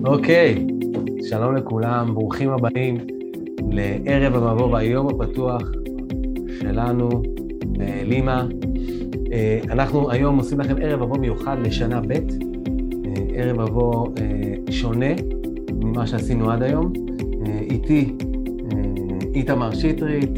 אוקיי, שלום לכולם, ברוכים הבאים לערב המבוא והיום הפתוח שלנו בלימה. אנחנו היום עושים לכם ערב מבוא מיוחד לשנה ב', ערב מבוא שונה ממה שעשינו עד היום. איתי איתמר שטרית,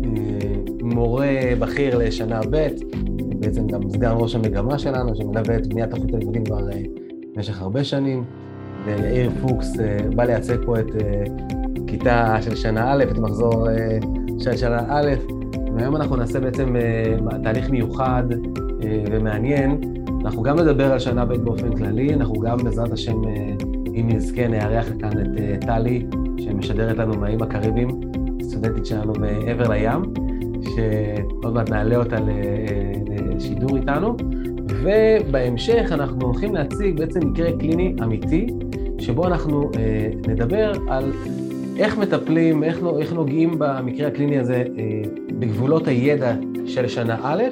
מורה בכיר לשנה ב', בעצם גם סגן ראש המגמה שלנו, שמלווה את בניית תוכנית הלימודים כבר במשך הרבה שנים, ויאיר פוקס בא לייצג פה את כיתה של שנה א', את מחזור של שנה א', והיום אנחנו נעשה בעצם תהליך מיוחד ומעניין. אנחנו גם נדבר על שנה ב' באופן כללי, אנחנו גם בעזרת השם, אם נזכה, נארח כאן את טלי, שמשדרת לנו מהאיים הקריביים, סטודנטית שלנו מעבר לים, שעוד מעט נעלה אותה לשידור איתנו, ובהמשך אנחנו הולכים להציג בעצם מקרה קליני אמיתי, שבו אנחנו נדבר על איך מטפלים, איך נוגעים במקרה הקליני הזה בגבולות הידע של שנה א',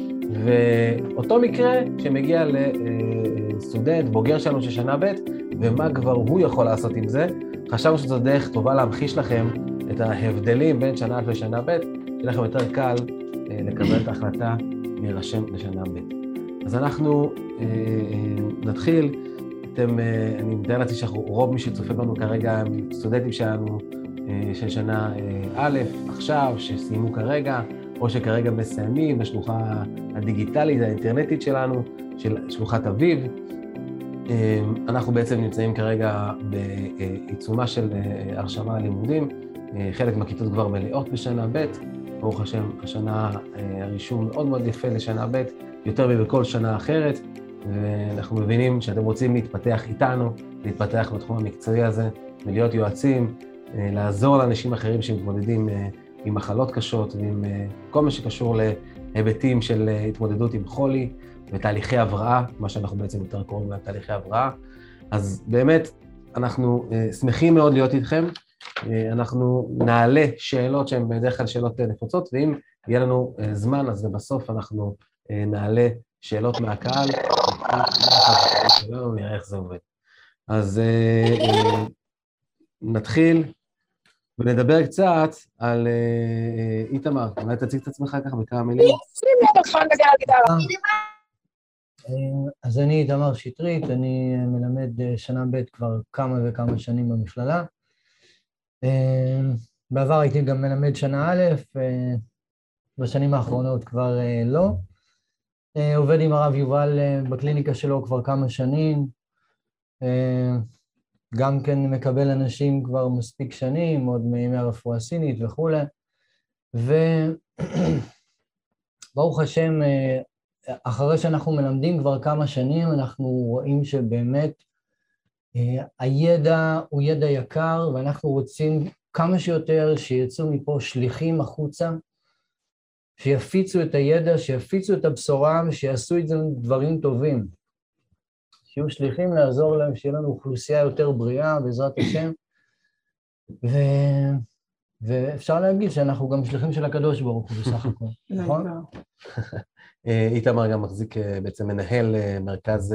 ואותו מקרה שמגיע לסטודנט, בוגר שלנו של שנה ב', ומה כבר הוא יכול לעשות עם זה. חשבנו שזו דרך טובה להמחיש לכם את ההבדלים בין שנה א' לשנה ב', שיהיה לכם יותר קל לקבל את ההחלטה להירשם לשנה ב'. אז אנחנו נתחיל. אני מתאר לעצמי שרוב מי שצופה בנו כרגע הם סטודנטים שלנו של שנה א', עכשיו, שסיימו כרגע, או שכרגע מסיימים בשלוחה הדיגיטלית, האינטרנטית שלנו, של שלוחת אביב. אנחנו בעצם נמצאים כרגע בעיצומה של הרשמה לימודים, חלק מהכיתות כבר מלאות בשנה ב', ברוך השם, השנה הרישום מאוד מאוד יפה לשנה ב', יותר מבכל שנה אחרת, ואנחנו מבינים שאתם רוצים להתפתח איתנו, להתפתח בתחום המקצועי הזה, ולהיות יועצים, לעזור לאנשים אחרים שמתמודדים עם מחלות קשות, ועם כל מה שקשור להיבטים של התמודדות עם חולי, ותהליכי הבראה, מה שאנחנו בעצם יותר קוראים להם תהליכי הבראה. אז באמת, אנחנו שמחים מאוד להיות איתכם, אנחנו נעלה שאלות שהן בדרך כלל שאלות נפוצות, ואם יהיה לנו זמן, אז בסוף אנחנו נעלה שאלות מהקהל, נראה איך זה עובד. אז נתחיל ונדבר קצת על איתמר. אולי תציג את עצמך ככה בכמה מילים. אז אני איתמר שטרית, אני מלמד שנה ב' כבר כמה וכמה שנים במכללה. בעבר הייתי גם מלמד שנה א', בשנים האחרונות כבר לא. עובד עם הרב יובל בקליניקה שלו כבר כמה שנים, גם כן מקבל אנשים כבר מספיק שנים, עוד מימי הרפואה הסינית וכו'. וברוך השם, אחרי שאנחנו מלמדים כבר כמה שנים, אנחנו רואים שבאמת הידע הוא ידע יקר, ואנחנו רוצים כמה שיותר שיצאו מפה שליחים החוצה, שיפיצו את הידע, שיפיצו את הבשורה, ושיעשו את זה דברים טובים. שיהיו שליחים לעזור להם, שיהיה לנו אוכלוסייה יותר בריאה, בעזרת השם. ואפשר להגיד שאנחנו גם שליחים של הקדוש ברוך הוא בסך הכל, נכון? איתמר גם מחזיק, בעצם מנהל מרכז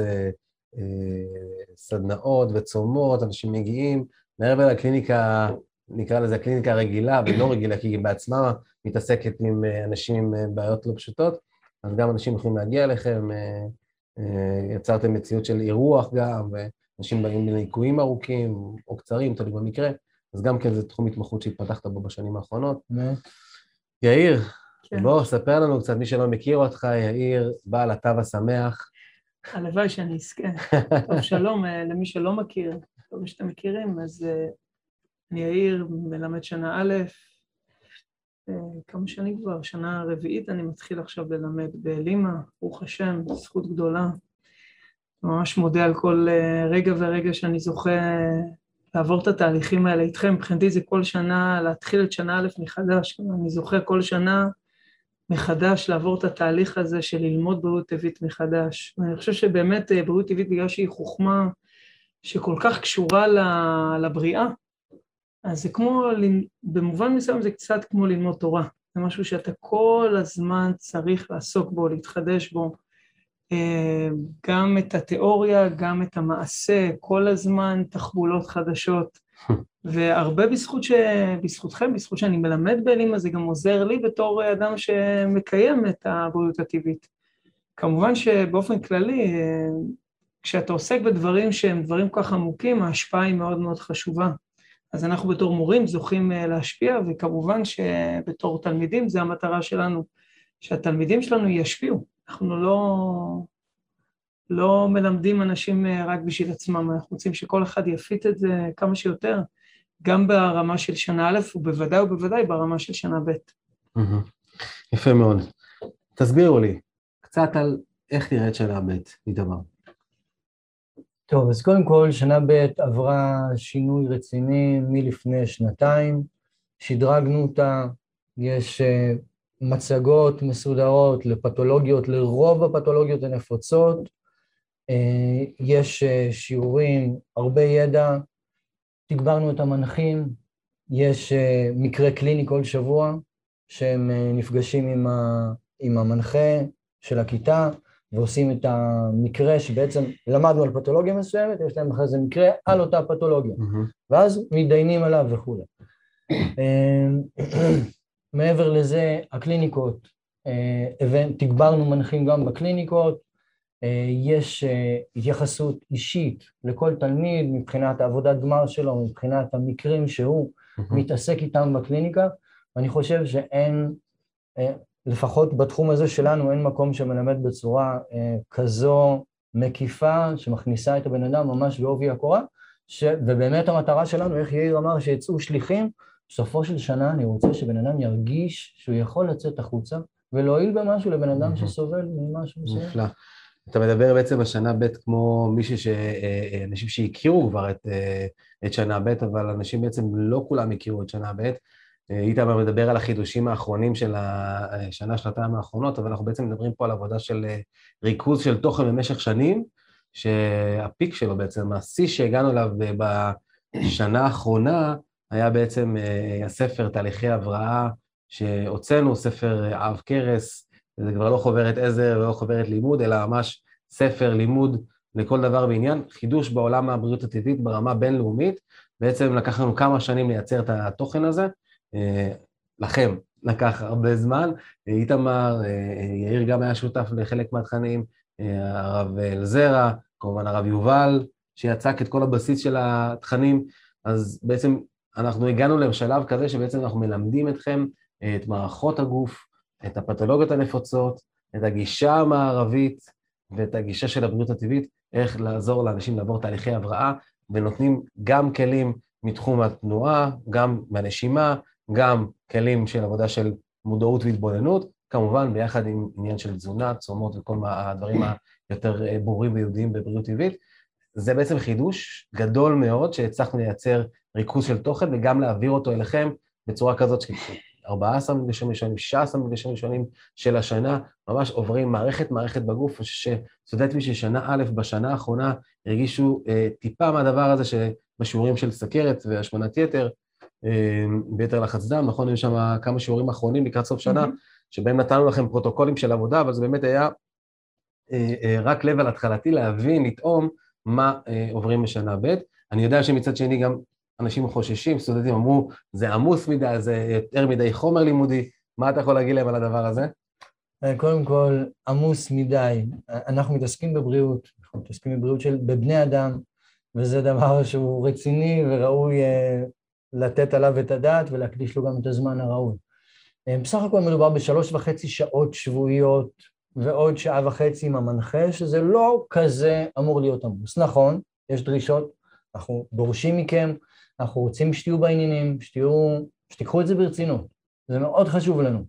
סדנאות וצומות, אנשים מגיעים, מעבר לקליניקה, נקרא לזה הקליניקה הרגילה, ולא רגילה, כי היא בעצמה מתעסקת עם אנשים עם בעיות לא פשוטות, אז גם אנשים יכולים להגיע אליכם, יצרתם מציאות של אירוח גם, ואנשים באים לניקויים ארוכים או קצרים, תלוי במקרה, אז גם כן זה תחום התמחות שהתפתחת בו בשנים האחרונות. יאיר, בוא, ספר לנו קצת, מי שלא מכיר אותך, יאיר, בעל התו השמח. הלוואי שאני אזכה. טוב, שלום, למי שלא מכיר, טוב שאתם מכירים, אז אני יאיר, מלמד שנה א', כמה שנים כבר, שנה רביעית אני מתחיל עכשיו ללמד בלימה, ברוך השם, זכות גדולה. ממש מודה על כל רגע ורגע שאני זוכה לעבור את התהליכים האלה איתכם. מבחינתי זה כל שנה, להתחיל את שנה א' מחדש, אני זוכה כל שנה מחדש לעבור את התהליך הזה של ללמוד בריאות טבעית מחדש. ואני חושב שבאמת בריאות טבעית בגלל שהיא חוכמה שכל כך קשורה לבריאה, אז זה כמו, במובן מסוים זה קצת כמו ללמוד תורה. זה משהו שאתה כל הזמן צריך לעסוק בו, להתחדש בו. גם את התיאוריה, גם את המעשה, כל הזמן תחבולות חדשות, והרבה בזכותכם, בזכות שאני מלמד באלימה, זה גם עוזר לי בתור אדם שמקיים את הבריאות הטבעית. כמובן שבאופן כללי, כשאתה עוסק בדברים שהם דברים כל כך עמוקים, ההשפעה היא מאוד מאוד חשובה. אז אנחנו בתור מורים זוכים להשפיע, וכמובן שבתור תלמידים זה המטרה שלנו, שהתלמידים שלנו ישפיעו. אנחנו לא מלמדים אנשים רק בשביל עצמם, אנחנו רוצים שכל אחד יפיץ את זה כמה שיותר, גם ברמה של שנה א', ובוודאי ברמה של שנה ב'. יפה מאוד. תסבירו לי קצת על איך נראית שנה ב', איתמר. טוב, אז קודם כל, שנה ב' עברה שינוי רציני מלפני שנתיים, שדרגנו אותה, יש מצגות מסודרות לפתולוגיות, לרוב הפתולוגיות הנפוצות, יש שיעורים, הרבה ידע, תגברנו את המנחים, יש מקרה קליני כל שבוע, שהם נפגשים עם המנחה של הכיתה, ועושים את המקרה שבעצם למדנו על פתולוגיה מסוימת, יש להם אחרי זה מקרה על אותה פתולוגיה, ואז מתדיינים עליו וכו'. מעבר לזה, הקליניקות, תגברנו מנחים גם בקליניקות, יש התייחסות אישית לכל תלמיד מבחינת העבודת גמר שלו, מבחינת המקרים שהוא מתעסק איתם בקליניקה, ואני חושב שאין, לפחות בתחום הזה שלנו, אין מקום שמלמד בצורה כזו מקיפה, שמכניסה את הבן אדם ממש בעובי הקורה, ובאמת המטרה שלנו, איך יאיר אמר, שיצאו שליחים, בסופו של שנה אני רוצה שבן אדם ירגיש שהוא יכול לצאת החוצה, ולהועיל במשהו לבן אדם שסובל ממשהו מסוים. נפלא. אתה מדבר בעצם בשנה ב' כמו אנשים שהכירו כבר את שנה ב', אבל אנשים בעצם לא כולם הכירו את שנה ב'. איתמר מדבר על החידושים האחרונים של השנה, שנתיים האחרונות, אבל אנחנו בעצם מדברים פה על עבודה של ריכוז של תוכן במשך שנים, שהפיק שלו בעצם, השיא שהגענו אליו בשנה האחרונה, היה בעצם הספר תהליכי הבראה, שהוצאנו ספר עב כרס, זה כבר לא חוברת עזר ולא חוברת לימוד, אלא ממש ספר לימוד לכל דבר בעניין, חידוש בעולם הבריאות הטבעית ברמה בינלאומית, בעצם לקח לנו כמה שנים לייצר את התוכן הזה, לכם לקח הרבה זמן, איתמר, יאיר גם היה שותף לחלק מהתכנים, הרב אלזרה, כמובן הרב יובל, שיצק את כל הבסיס של התכנים, אז בעצם אנחנו הגענו לשלב כזה שבעצם אנחנו מלמדים אתכם את מערכות הגוף, את הפתולוגיות הנפוצות, את הגישה המערבית ואת הגישה של הבריאות הטבעית, איך לעזור לאנשים לעבור תהליכי הבראה, ונותנים גם כלים מתחום התנועה, גם מהנשימה, גם כלים של עבודה של מודעות והתבוננות, כמובן ביחד עם עניין של תזונה, צומות וכל הדברים היותר ברורים ויהודיים בבריאות טבעית. זה בעצם חידוש גדול מאוד שהצלחנו לייצר ריכוז של תוכן וגם להעביר אותו אליכם בצורה כזאת של 14 מפגשים ראשונים, 16 מפגשים ראשונים של השנה, ממש עוברים מערכת בגוף, שסטודנטים של שנה א' בשנה האחרונה הרגישו טיפה מהדבר הזה שבשיעורים של סכרת והשמנת יתר, ביתר לחץ דם, נכון, היו שם כמה שיעורים אחרונים לקראת סוף שנה, שבהם נתנו לכם פרוטוקולים של עבודה, אבל זה באמת היה רק לבל התחלתי להבין, לטעום מה עוברים בשנה ב'. אני יודע שמצד שני גם אנשים חוששים, סטודנטים אמרו, זה עמוס מדי, זה יותר מדי חומר לימודי, מה אתה יכול להגיד להם על הדבר הזה? קודם כל, עמוס מדי, אנחנו מתעסקים בבריאות, אנחנו מתעסקים בבריאות בבני אדם, וזה דבר שהוא רציני וראוי לתת עליו את הדעת ולהקדיש לו גם את הזמן הראוי. בסך הכל מדובר ב3.5 שעות שבועיות ועוד 1.5 שעה עם המנחה, שזה לא כזה אמור להיות עמוס. נכון, יש דרישות, אנחנו דורשים מכם, אנחנו רוצים שתהיו בעניינים, שתיקחו את זה ברצינות, זה מאוד חשוב לנו.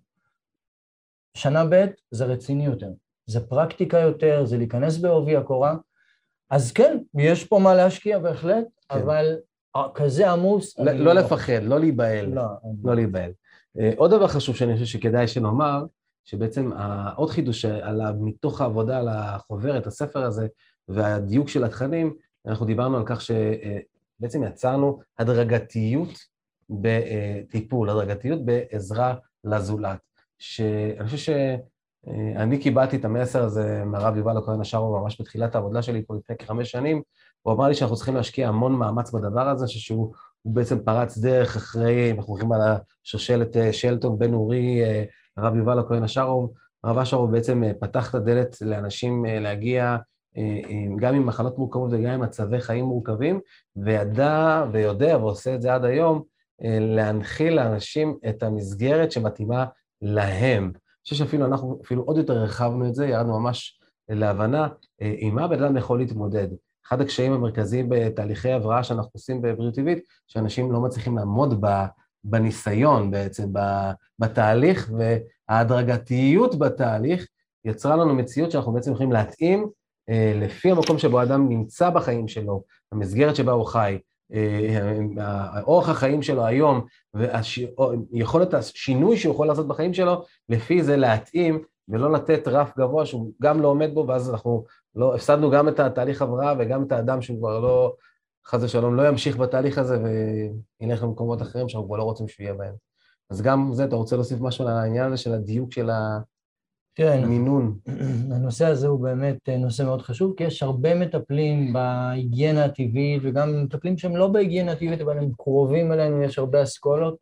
שנה ב' זה רציני יותר, זה פרקטיקה יותר, זה להיכנס בעובי הקורה, אז כן, יש פה מה להשקיע בהחלט, כן. אבל כזה עמוס... לא לפחד, לא להיבהל. לא להיבהל. עוד דבר חשוב שאני חושב שכדאי שנאמר, שבעצם עוד חידוש עליו מתוך העבודה על החוברת, הספר הזה, והדיוק של התכנים, אנחנו דיברנו על כך שבעצם יצרנו הדרגתיות בטיפול, הדרגתיות בעזרה לזולת. שאני חושב אני קיבלתי את המסר הזה מהרב יובל הכהן השארוב ממש בתחילת העבודה שלי פה לפני כ5 שנים, הוא אמר לי שאנחנו צריכים להשקיע המון מאמץ בדבר הזה, שהוא בעצם פרץ דרך אחרי, אנחנו הולכים על השושלת שלטון בן אורי, הרב יובל הכהן השארוב, הרב השארוב בעצם פתח את הדלת לאנשים להגיע, גם עם מחלות מורכבות וגם עם מצבי חיים מורכבים, וידע ויודע ועושה את זה עד היום, להנחיל לאנשים את המסגרת שמתאימה להם. אני חושב שאפילו אנחנו אפילו עוד יותר רחבנו את זה, ירדנו ממש להבנה עם מה בן אדם יכול להתמודד. אחד הקשיים המרכזיים בתהליכי הבראה שאנחנו עושים בבריאות טבעית, שאנשים לא מצליחים לעמוד בניסיון בעצם, בתהליך, וההדרגתיות בתהליך יצרה לנו מציאות שאנחנו בעצם יכולים להתאים לפי המקום שבו האדם נמצא בחיים שלו, המסגרת שבה הוא חי, אורח החיים שלו היום, ויכולת השינוי שהוא יכול לעשות בחיים שלו, לפי זה להתאים, ולא לתת רף גבוה שהוא גם לא עומד בו, ואז אנחנו לא, הפסדנו גם את התהליך הבראה, וגם את האדם שהוא כבר לא, חס ושלום, לא ימשיך בתהליך הזה, וילך למקומות אחרים שאנחנו כבר לא רוצים שהוא יהיה בהם. אז גם זה, אתה רוצה להוסיף משהו על העניין הזה של הדיוק של המינון? הנושא הזה הוא באמת נושא מאוד חשוב, כי יש הרבה מטפלים בהיגיינה הטבעית, וגם מטפלים שהם לא בהיגיינה הטבעית, אבל הם קרובים אלינו, יש הרבה אסכולות,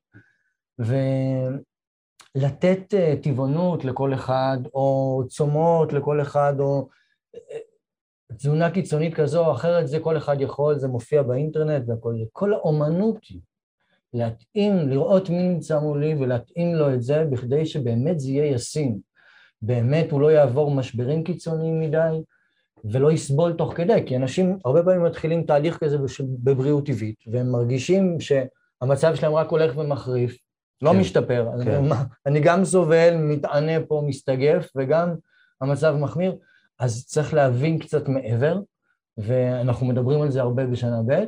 ולתת טבעונות לכל אחד, או צומות לכל אחד, או תזונה קיצונית כזו או אחרת, זה כל אחד יכול, זה מופיע באינטרנט והכל זה. כל האומנות היא להתאים, לראות מי נמצא מולי ולהתאים לו את זה, בכדי שבאמת זה יהיה ישים. באמת הוא לא יעבור משברים קיצוניים מדי, ולא יסבול תוך כדי, כי אנשים הרבה פעמים מתחילים תהליך כזה בבריאות טבעית, והם מרגישים שהמצב שלהם רק הולך ומחריף, לא משתפר. אני גם סובל, מתענה פה, מסתגף, וגם המצב מחמיר, אז צריך להבין קצת מעבר, ואנחנו מדברים על זה הרבה בשנה ב',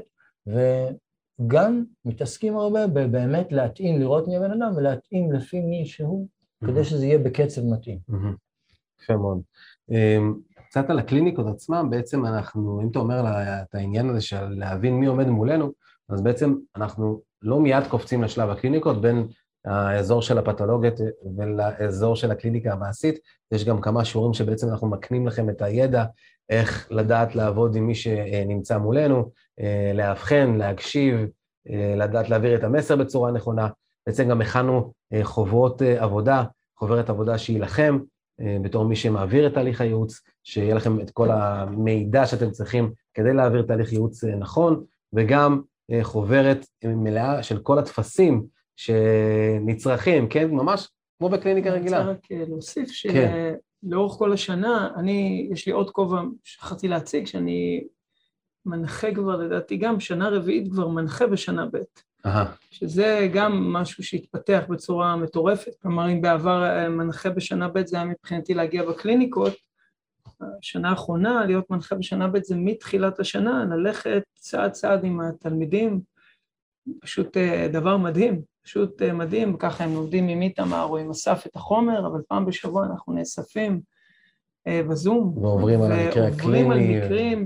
וגם מתעסקים הרבה באמת להתאים, לראות מי הבן אדם, ולהתאים לפי מי שהוא, כדי שזה יהיה בקצב מתאים. יפה מאוד. קצת על הקליניקות עצמם, בעצם אנחנו, אם אתה אומר את העניין הזה של להבין מי עומד מולנו, אז בעצם אנחנו לא מיד קופצים לשלב הקליניקות, בין האזור של הפתולוגית ולאזור של הקליניקה המעשית, יש גם כמה שיעורים שבעצם אנחנו מקנים לכם את הידע, איך לדעת לעבוד עם מי שנמצא מולנו, להבחן, להקשיב, לדעת להעביר את המסר בצורה נכונה, בעצם גם הכנו חוברות עבודה, חוברת עבודה שהיא לכם, בתור מי שמעביר את תהליך הייעוץ, שיהיה לכם את כל המידע שאתם צריכים כדי להעביר תהליך ייעוץ נכון, וגם חוברת מלאה של כל התפסים שנצרכים, כן? ממש כמו בקליניקה רגילה. אני רוצה רק להוסיף שלאורך כל השנה, יש לי עוד כובע שחרתי להציג, שאני מנחה כבר, לדעתי גם שנה רביעית כבר מנחה בשנה ב'. שזה גם משהו שהתפתח בצורה מטורפת, כלומר אם בעבר מנחה בשנה ב' זה היה מבחינתי להגיע בקליניקות, השנה האחרונה להיות מנחה בשנה ב' זה מתחילת השנה, ללכת צעד צעד עם התלמידים, פשוט דבר מדהים, פשוט מדהים, ככה הם לומדים עם איתמר או עם אסף את החומר, אבל פעם בשבוע אנחנו נאספים בזום, ועוברים על המקרה הקליני. ועוברים על מקרים,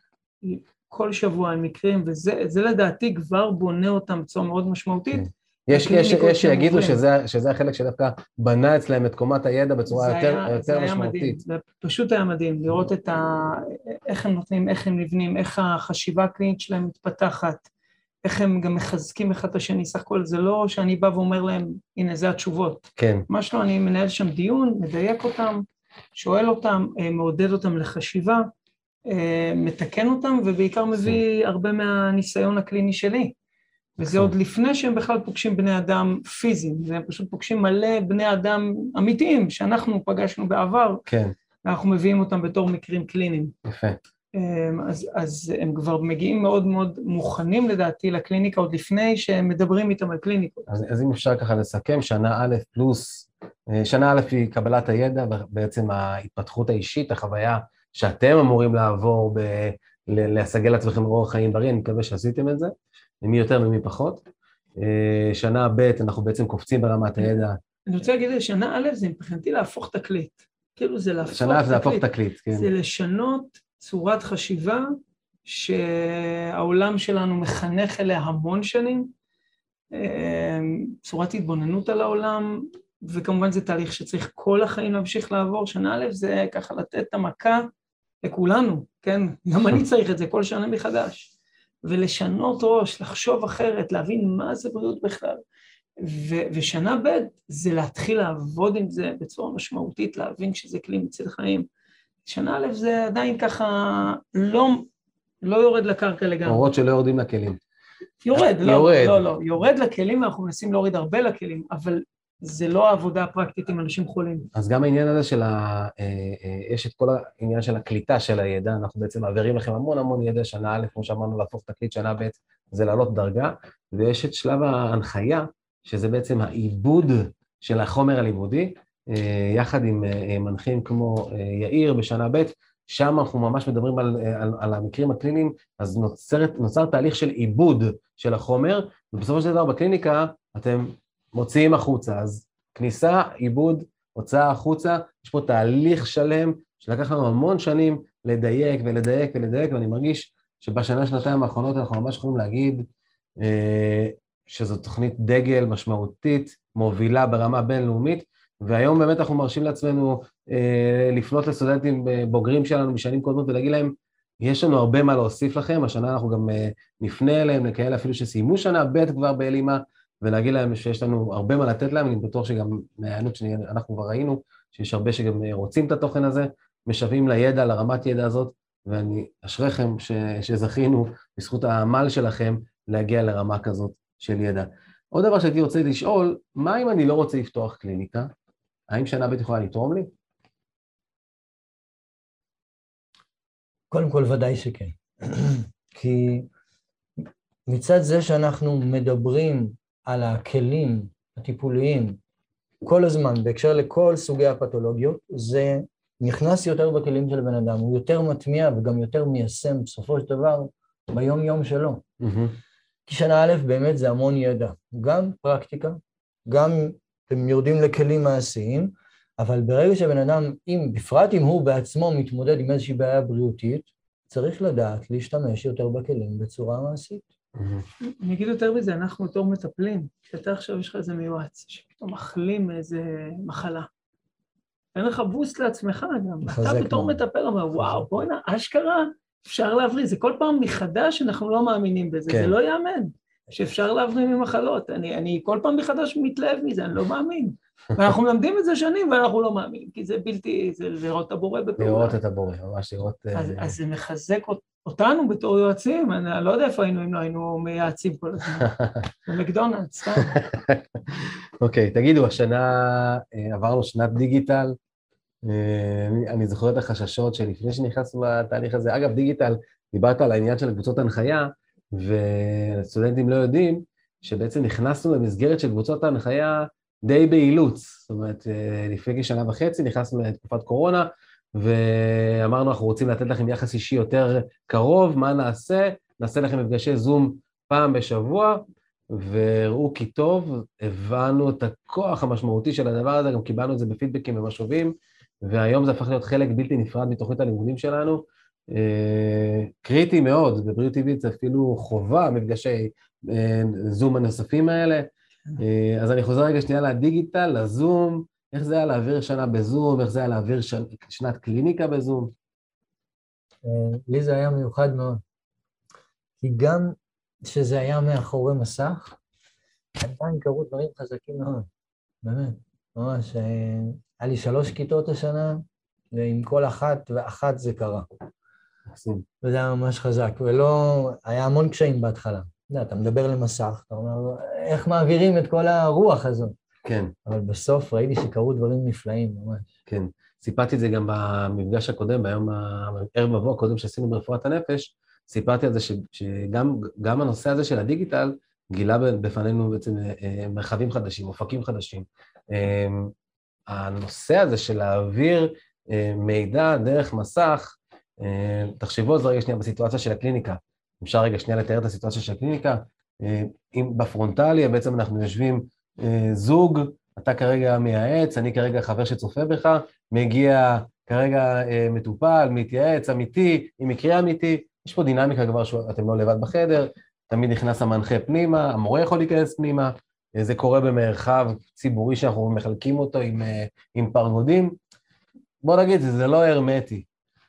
כל שבוע על מקרים, וזה לדעתי כבר בונה אותם בצורה מאוד משמעותית. יש שיגידו שזה החלק שדווקא בנה אצלהם את קומת הידע בצורה יותר משמעותית. זה פשוט היה מדהים, לראות איך הם נותנים, איך הם נבנים, איך החשיבה הקלינית שלהם מתפתחת, איך הם גם מחזקים אחד את השני, סך הכל זה לא שאני בא ואומר להם, הנה זה התשובות. כן. מה שלא, אני מנהל שם דיון, מדייק אותם, שואל אותם, מעודד אותם לחשיבה, מתקן אותם, ובעיקר מביא הרבה מהניסיון הקליני שלי. וזה עוד לפני שהם בכלל פוגשים בני אדם פיזיים, והם פשוט פוגשים מלא בני אדם אמיתיים, שאנחנו פגשנו בעבר, כן. ואנחנו מביאים אותם בתור מקרים קליניים. יפה. אז הם כבר מגיעים מאוד מאוד מוכנים לדעתי לקליניקה, עוד לפני שהם מדברים איתם על קליניקות. אז אם אפשר ככה לסכם, שנה א' פלוס, שנה א' היא קבלת הידע, בעצם ההתפתחות האישית, החוויה שאתם אמורים לעבור, להסגל לעצמכם אורח חיים בריא, אני מקווה שעשיתם את זה, מי יותר ומי פחות. שנה ב' אנחנו בעצם קופצים ברמת הידע. אני רוצה להגיד, שנה א' זה מבחינתי להפוך תקליט. כאילו זה להפוך תקליט. שנה א' זה להפוך תקליט, כן. זה לשנות צורת חשיבה שהעולם שלנו מחנך אליה המון שנים, צורת התבוננות על העולם, וכמובן זה תהליך שצריך כל החיים להמשיך לעבור. שנה א' זה ככה לתת את המכה לכולנו, כן? גם אני צריך את זה כל שנה מחדש. ולשנות ראש, לחשוב אחרת, להבין מה זה בריאות בכלל. ושנה ב' זה להתחיל לעבוד עם זה בצורה משמעותית, להבין שזה כלי מציל חיים. שנה א' זה עדיין ככה לא יורד לקרקע לגמרי. אורות שלא יורדים לכלים. יורד לכלים, אנחנו מנסים להוריד הרבה לכלים, אבל זה לא העבודה הפרקטית עם אנשים חולים. אז גם העניין הזה יש את כל העניין של הקליטה של הידע, אנחנו בעצם מעבירים לכם המון ידע שנה א', כמו שאמרנו, להפוך תקליט שנה ב', זה לעלות דרגה, ויש את שלב ההנחיה, שזה בעצם העיבוד של החומר הלימודי, יחד עם מנחים כמו יאיר בשנה ב', שם אנחנו ממש מדברים על המקרים הקליניים, אז נוצר תהליך של עיבוד של החומר, ובסופו של דבר בקליניקה אתם מוציאים החוצה, אז כניסה, עיבוד, הוצאה החוצה, יש פה תהליך שלם שלקח לנו המון שנים לדייק, ואני מרגיש שבשנה-שנתיים האחרונות אנחנו ממש יכולים להגיד שזו תוכנית דגל משמעותית, מובילה ברמה בינלאומית, והיום באמת אנחנו מרשים לעצמנו לפנות לסטודנטים בוגרים שלנו משנים קודמות ולהגיד להם, יש לנו הרבה מה להוסיף לכם, השנה אנחנו גם נפנה אליהם, לכאלה אפילו שסיימו שנה ב' כבר באלימה, ולהגיד להם שיש לנו הרבה מה לתת להם, אני בטוח שגם מהעיינות שאנחנו כבר ראינו, שיש הרבה שגם רוצים את התוכן הזה, משווים לידע, לרמת ידע הזאת, ואני אשריכם שזכינו בזכות העמל שלכם להגיע לרמה כזאת של ידע. עוד דבר שהייתי רוצה לשאול, מה אם אני לא רוצה לפתוח קליניקה? האם שנה ב' יכולה לתרום לי? קודם כל ודאי שכן. כי מצד זה שאנחנו מדברים על הכלים הטיפוליים כל הזמן, בהקשר לכל סוגי הפתולוגיות, זה נכנס יותר בכלים של בן אדם, הוא יותר מטמיע וגם יותר מיישם בסופו של דבר ביום יום שלו. כי שנה א' באמת זה המון ידע, גם פרקטיקה, גם הם יורדים לכלים מעשיים, אבל ברגע שבן אדם, בפרט אם הוא בעצמו מתמודד עם איזושהי בעיה בריאותית, צריך לדעת להשתמש יותר בכלים בצורה מעשית. אני אגיד יותר בזה, אנחנו יותר מטפלים, שאתה עכשיו יש לך איזה מיועץ, שפתאום מחלים איזה מחלה. אין לך בוסט לעצמך גם, אתה בתור מטפל אומר, וואו, בואי נה, אשכרה, אפשר להבריא, זה כל פעם מחדש אנחנו לא מאמינים בזה, זה לא יאמן, שאפשר להבריא ממחלות, אני כל פעם מחדש מתלהב מזה, אני לא מאמין, ואנחנו מלמדים את זה שנים ואנחנו לא מאמינים, כי זה בלתי, זה לראות את הבורא בפעולה. לראות את הבורא, ממש לראות... אז זה מחזק אותנו בתור יועצים, אני לא יודע איפה היינו אם לא היינו מייעצים כל הזמן, במקדונלדס, סתם. אוקיי, תגידו, השנה עברנו שנת דיגיטל, אני זוכר את החששות שלפני שנכנסנו לתהליך הזה, אגב, דיגיטל, דיברת על העניין של קבוצות הנחיה, וסטודנטים לא יודעים שבעצם נכנסנו למסגרת של קבוצות ההנחיה די באילוץ, זאת אומרת, לפני כשנה וחצי נכנסנו לתקופת קורונה, ואמרנו, אנחנו רוצים לתת לכם יחס אישי יותר קרוב, מה נעשה? נעשה לכם מפגשי זום פעם בשבוע, וראו כי טוב, הבנו את הכוח המשמעותי של הדבר הזה, גם קיבלנו את זה בפידבקים ומשובים, והיום זה הפך להיות חלק בלתי נפרד מתוכנית הלימודים שלנו, קריטי מאוד, בבריאות טבעית זה אפילו חובה, מפגשי זום הנוספים האלה, אז אני חוזר רגע שנייה לדיגיטל, לזום, איך זה היה להעביר שנה בזום, איך זה היה להעביר שנת קליניקה בזום? לי זה היה מיוחד מאוד, כי גם שזה היה מאחורי מסך, עדיין קרו דברים חזקים מאוד, באמת, ממש, היה לי 3 כיתות השנה, ועם כל אחת ואחת זה קרה. וזה היה ממש חזק, ולא, היה המון קשיים בהתחלה. אתה מדבר למסך, אתה אומר, איך מעבירים את כל הרוח הזאת? כן. אבל בסוף ראיתי שקרו דברים נפלאים, ממש. כן. סיפרתי את זה גם במפגש הקודם, ביום הערב מבוא הקודם שעשינו ברפואת הנפש, סיפרתי על זה שגם הנושא הזה של הדיגיטל, גילה בפנינו בעצם מרחבים חדשים, אופקים חדשים. הנושא הזה של להעביר מידע דרך מסך, תחשבו אז רגע שנייה בסיטואציה של הקליניקה. אפשר רגע שנייה לתאר את הסיטואציה של הקליניקה. אם בפרונטלי, בעצם אנחנו יושבים זוג, אתה כרגע מייעץ, אני כרגע חבר שצופה בך, מגיע כרגע מטופל, מתייעץ, אמיתי, עם מקרה אמיתי, יש פה דינמיקה כבר שאתם לא לבד בחדר, תמיד נכנס המנחה פנימה, המורה יכול להיכנס פנימה, זה קורה במרחב ציבורי שאנחנו מחלקים אותו עם פרגודים, בוא נגיד, זה לא הרמטי.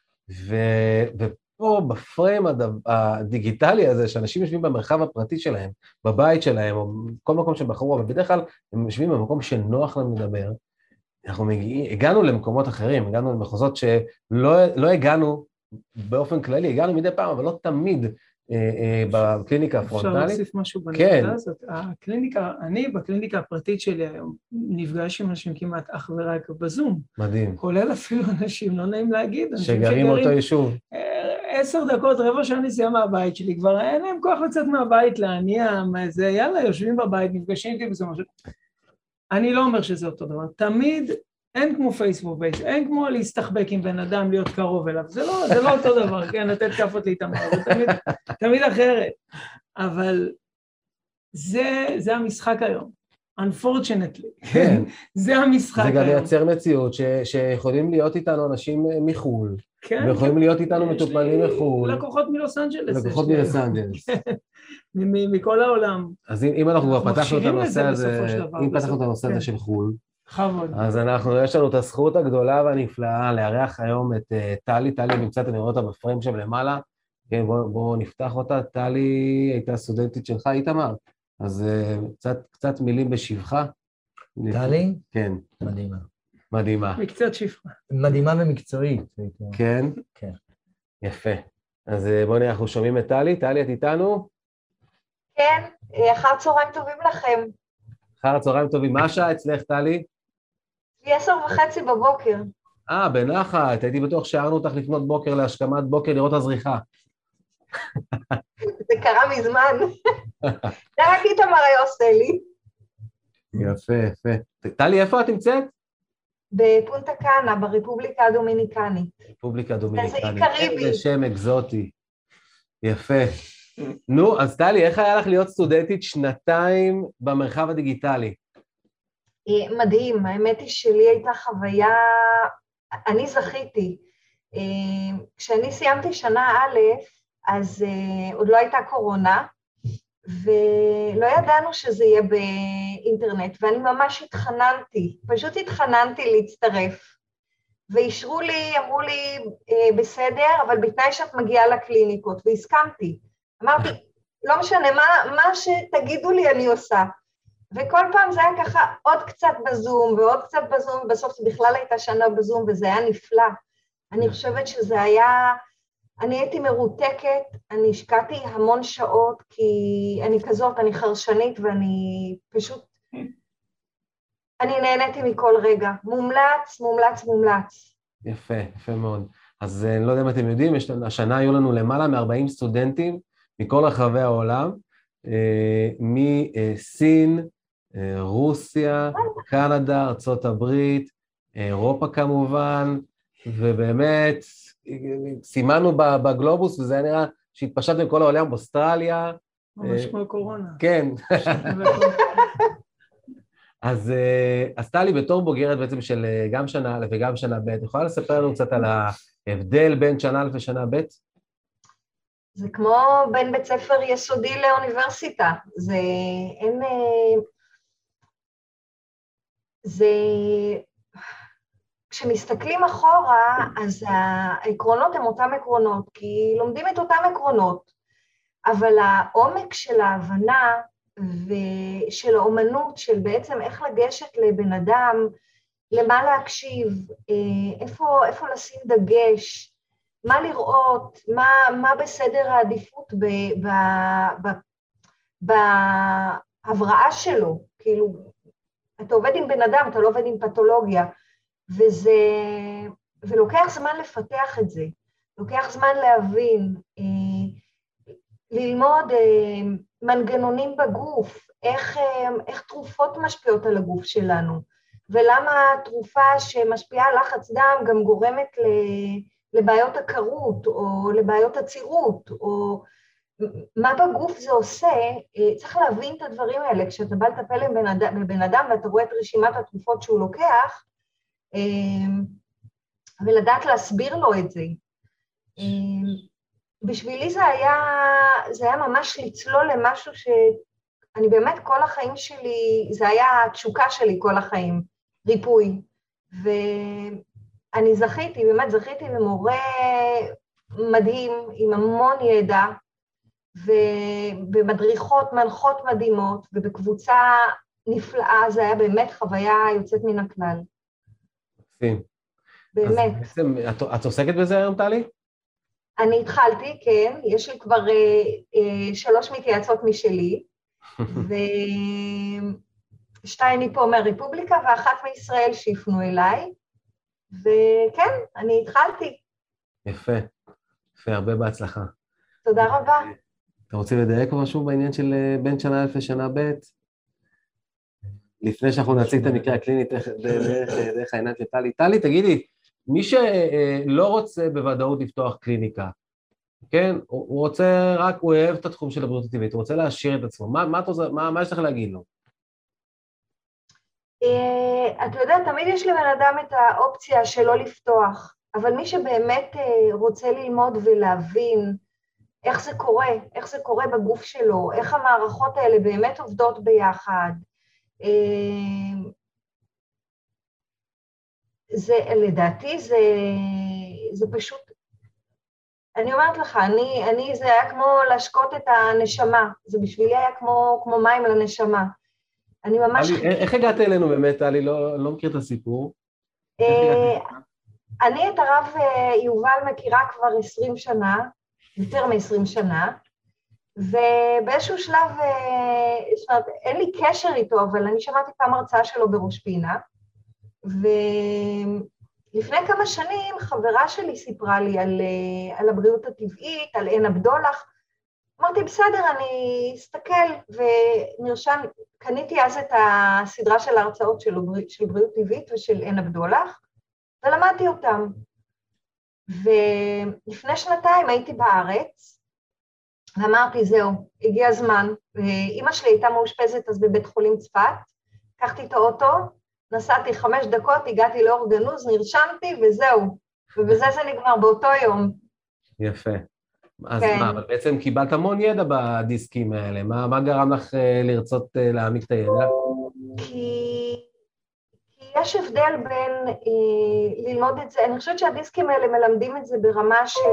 ופה בפריים הדיגיטלי הזה, שאנשים יושבים במרחב הפרטי שלהם, בבית שלהם, או כל מקום שבחרו, אבל בדרך כלל הם יושבים במקום שנוח לנו לדבר, אנחנו הגענו למקומות אחרים, הגענו למחוזות שלא הגענו באופן כללי, הגענו מדי פעם, אבל לא תמיד בקליניקה הפרונטלית. אפשר להוסיף משהו בנקודה הזאת? הקליניקה, אני בקליניקה הפרטית שלי היום נפגש עם אנשים כמעט אך ורק בזום. מדהים. כולל אפילו אנשים, לא נעים להגיד, שגרים אותו יישוב. 10 דקות, רבע שעה נסיעה מהבית שלי, כבר אין להם כוח לצאת מהבית, להניע, זה, יאללה, יושבים בבית, נפגשים איתי בזום. אני לא אומר שזה אותו דבר, תמיד אין כמו פייסבוק בייס, אין כמו להסתחבק עם בן אדם, להיות קרוב אליו, זה לא אותו דבר, כן, לתת כפות להתאמר, זה תמיד אחרת, אבל זה המשחק היום, unfortunately, כן. זה המשחק היום. זה גם מייצר מציאות שיכולים להיות איתנו אנשים מחול, כן, ויכולים להיות איתנו מטופלים מחול. לקוחות מלוס אנג'לס. לקוחות מלוס אנג'לס. מכל העולם. אז אם אנחנו כבר פתחנו את הנושא הזה, אם פתחנו את הנושא הזה של חול, חבוד. אז יש לנו את הזכות הגדולה והנפלאה לארח היום את טלי. טלי נמצאת, אני רואה אותה בפריים שם למעלה. כן, בואו נפתח אותה. טלי הייתה סטודנטית שלך, איתמר. אז קצת מילים בשבחה. טלי? כן. מדהימה. מדהימה. מקצת שבחה. מדהימה ומקצועית. כן? כן. יפה. אז בואו נראה, אנחנו שומעים את טלי. טלי, את איתנו? כן, אחר צהריים טובים לכם. אחר הצהריים טובים. מה השעה אצלך, טלי? 10:30 בבוקר. בנחת. הייתי בטוח שהערנו אותך לפנות בוקר להשכמת בוקר לראות הזריחה. זה קרה מזמן. זה רק איתמר היה עושה לי. יפה, יפה. טלי, איפה את נמצאת? בפונטה קאנה, ברפובליקה הדומיניקנית. רפובליקה דומיניקנית. זה קריבי. איזה שם אקזוטי. יפה. נו, אז טלי, איך היה לך להיות סטודנטית 2 במרחב הדיגיטלי? מדהים, האמת היא שלי הייתה חוויה, אני זכיתי. כשאני סיימתי שנה א', אז עוד לא הייתה קורונה, ולא ידענו שזה יהיה באינטרנט, ואני ממש פשוט התחננתי להצטרף. ואישרו לי, אמרו לי, בסדר, אבל בתנאי שאת מגיעה לקליניקות, והסכמתי. אמרתי, לא משנה, מה שתגידו לי אני עושה. וכל פעם זה היה ככה עוד קצת בזום, ועוד קצת בזום, ובסוף זה בכלל הייתה שנה בזום, וזה היה נפלא. אני חושבת שזה היה, אני הייתי מרותקת, אני השקעתי המון שעות, כי אני כזאת, אני חרשנית, ואני פשוט, אני נהניתי מכל רגע. מומלץ, מומלץ, מומלץ. יפה, יפה מאוד. אז אני לא יודע אם אתם יודעים, השנה היו לנו למעלה מ-40 סטודנטים מכל רחבי העולם, מסין, רוסיה, קנדה, ארצות הברית, אירופה כמובן, ובאמת סימנו בגלובוס, וזה היה נראה שהתפשט מכל העולם, באוסטרליה. ממש כמו קורונה. כן. אז טלי, בתור בוגרת בעצם של גם שנה א' וגם שנה ב', יכולה לספר לנו קצת על ההבדל בין שנה א' ושנה ב'? זה כמו בין בית ספר יסודי לאוניברסיטה. כשמסתכלים אחורה, אז העקרונות הם אותם עקרונות, כי לומדים את אותם עקרונות, אבל העומק של ההבנה ושל האומנות, של בעצם איך לגשת לבן אדם, למה להקשיב, איפה לשים דגש, מה לראות, מה בסדר העדיפות בהבראה שלו, כאילו, אתה עובד עם בן אדם, אתה לא עובד עם פתולוגיה, ולוקח זמן לפתח את זה, לוקח זמן להבין, ללמוד מנגנונים בגוף, איך תרופות משפיעות על הגוף שלנו, ולמה תרופה שמשפיעה על לחץ דם גם גורמת לבעיות הקרות, או לבעיות עצירות, או מה בגוף זה עושה, צריך להבין את הדברים האלה, כשאתה בא לטפל בבן אדם ואתה רואה את רשימת התרופות שהוא לוקח, ולדעת להסביר לו את זה. בשבילי זה היה ממש לצלול למשהו אני באמת כל החיים שלי, זה היה התשוקה שלי כל החיים, ריפוי. ואני זכיתי, באמת זכיתי במורה מדהים, עם המון ידע, ובמדריכות, מנחות מדהימות, ובקבוצה נפלאה, זה היה באמת חוויה יוצאת מן הכלל. מקסים. באמת. אז בעצם, את עוסקת בזה היום, טלי? אני התחלתי, כן, יש לי כבר 3 מתייעצות משלי, ו2 מפה מהרפובליקה ואחת מישראל שיפנו אליי, וכן, אני התחלתי. יפה, יפה, הרבה בהצלחה. תודה רבה. אתה רוצה לדייק משהו בעניין של בין שנה א' לשנה ב'? לפני שאנחנו נציג את המקרה הקליני דרך העיניים של טלי. טלי, תגידי, מי שלא רוצה בוודאות לפתוח קליניקה, כן? הוא רוצה רק, הוא אוהב את התחום של הבריאות הטבעית, הוא רוצה להשאיר את עצמו. מה יש לך להגיד לו? אתה יודע, תמיד יש לבן אדם את האופציה שלא לפתוח, אבל מי שבאמת רוצה ללמוד ולהבין איך זה קורה בגוף שלו, איך המערכות האלה באמת עובדות ביחד, לדעתי זה פשוט, אני אומרת לך, זה היה כמו להשקות את הנשמה, זה בשבילי היה כמו מים לנשמה. אני ממש... איך הגעת אלינו באמת, טלי? לא מכיר את הסיפור. אני את הרב יובל מכירה כבר 20 שנה, יותר מ-20 שנה, ובאיזשהו שלב, אין לי קשר איתו, אבל אני שמעתי פעם הרצאה שלו בראש פינה, ולפני כמה שנים חברה שלי סיפרה לי על הבריאות הטבעית, על עין הבדולח, אמרתי, בסדר, אני אסתכל, ונרשם, קניתי אז את הסדרה של ההרצאות של בריאות טבעית ושל עין הבדולח, ולמדתי אותם. ולפני 2 הייתי בארץ, ואמרתי, זהו, הגיע הזמן. ואמא שלי הייתה מאושפזת אז בבית חולים צפת, לקחתי את האוטו, נסעתי 5 דקות, הגעתי לאור גנוז, נרשמתי וזהו. ובזה זה נגמר באותו יום. יפה. אז כן. מה, אבל בעצם קיבלת המון ידע בדיסקים האלה, מה גרם לך לרצות להעמיק את הידע? כי יש הבדל בין ללמוד את זה, אני חושבת שהדיסקים האלה מלמדים את זה ברמה של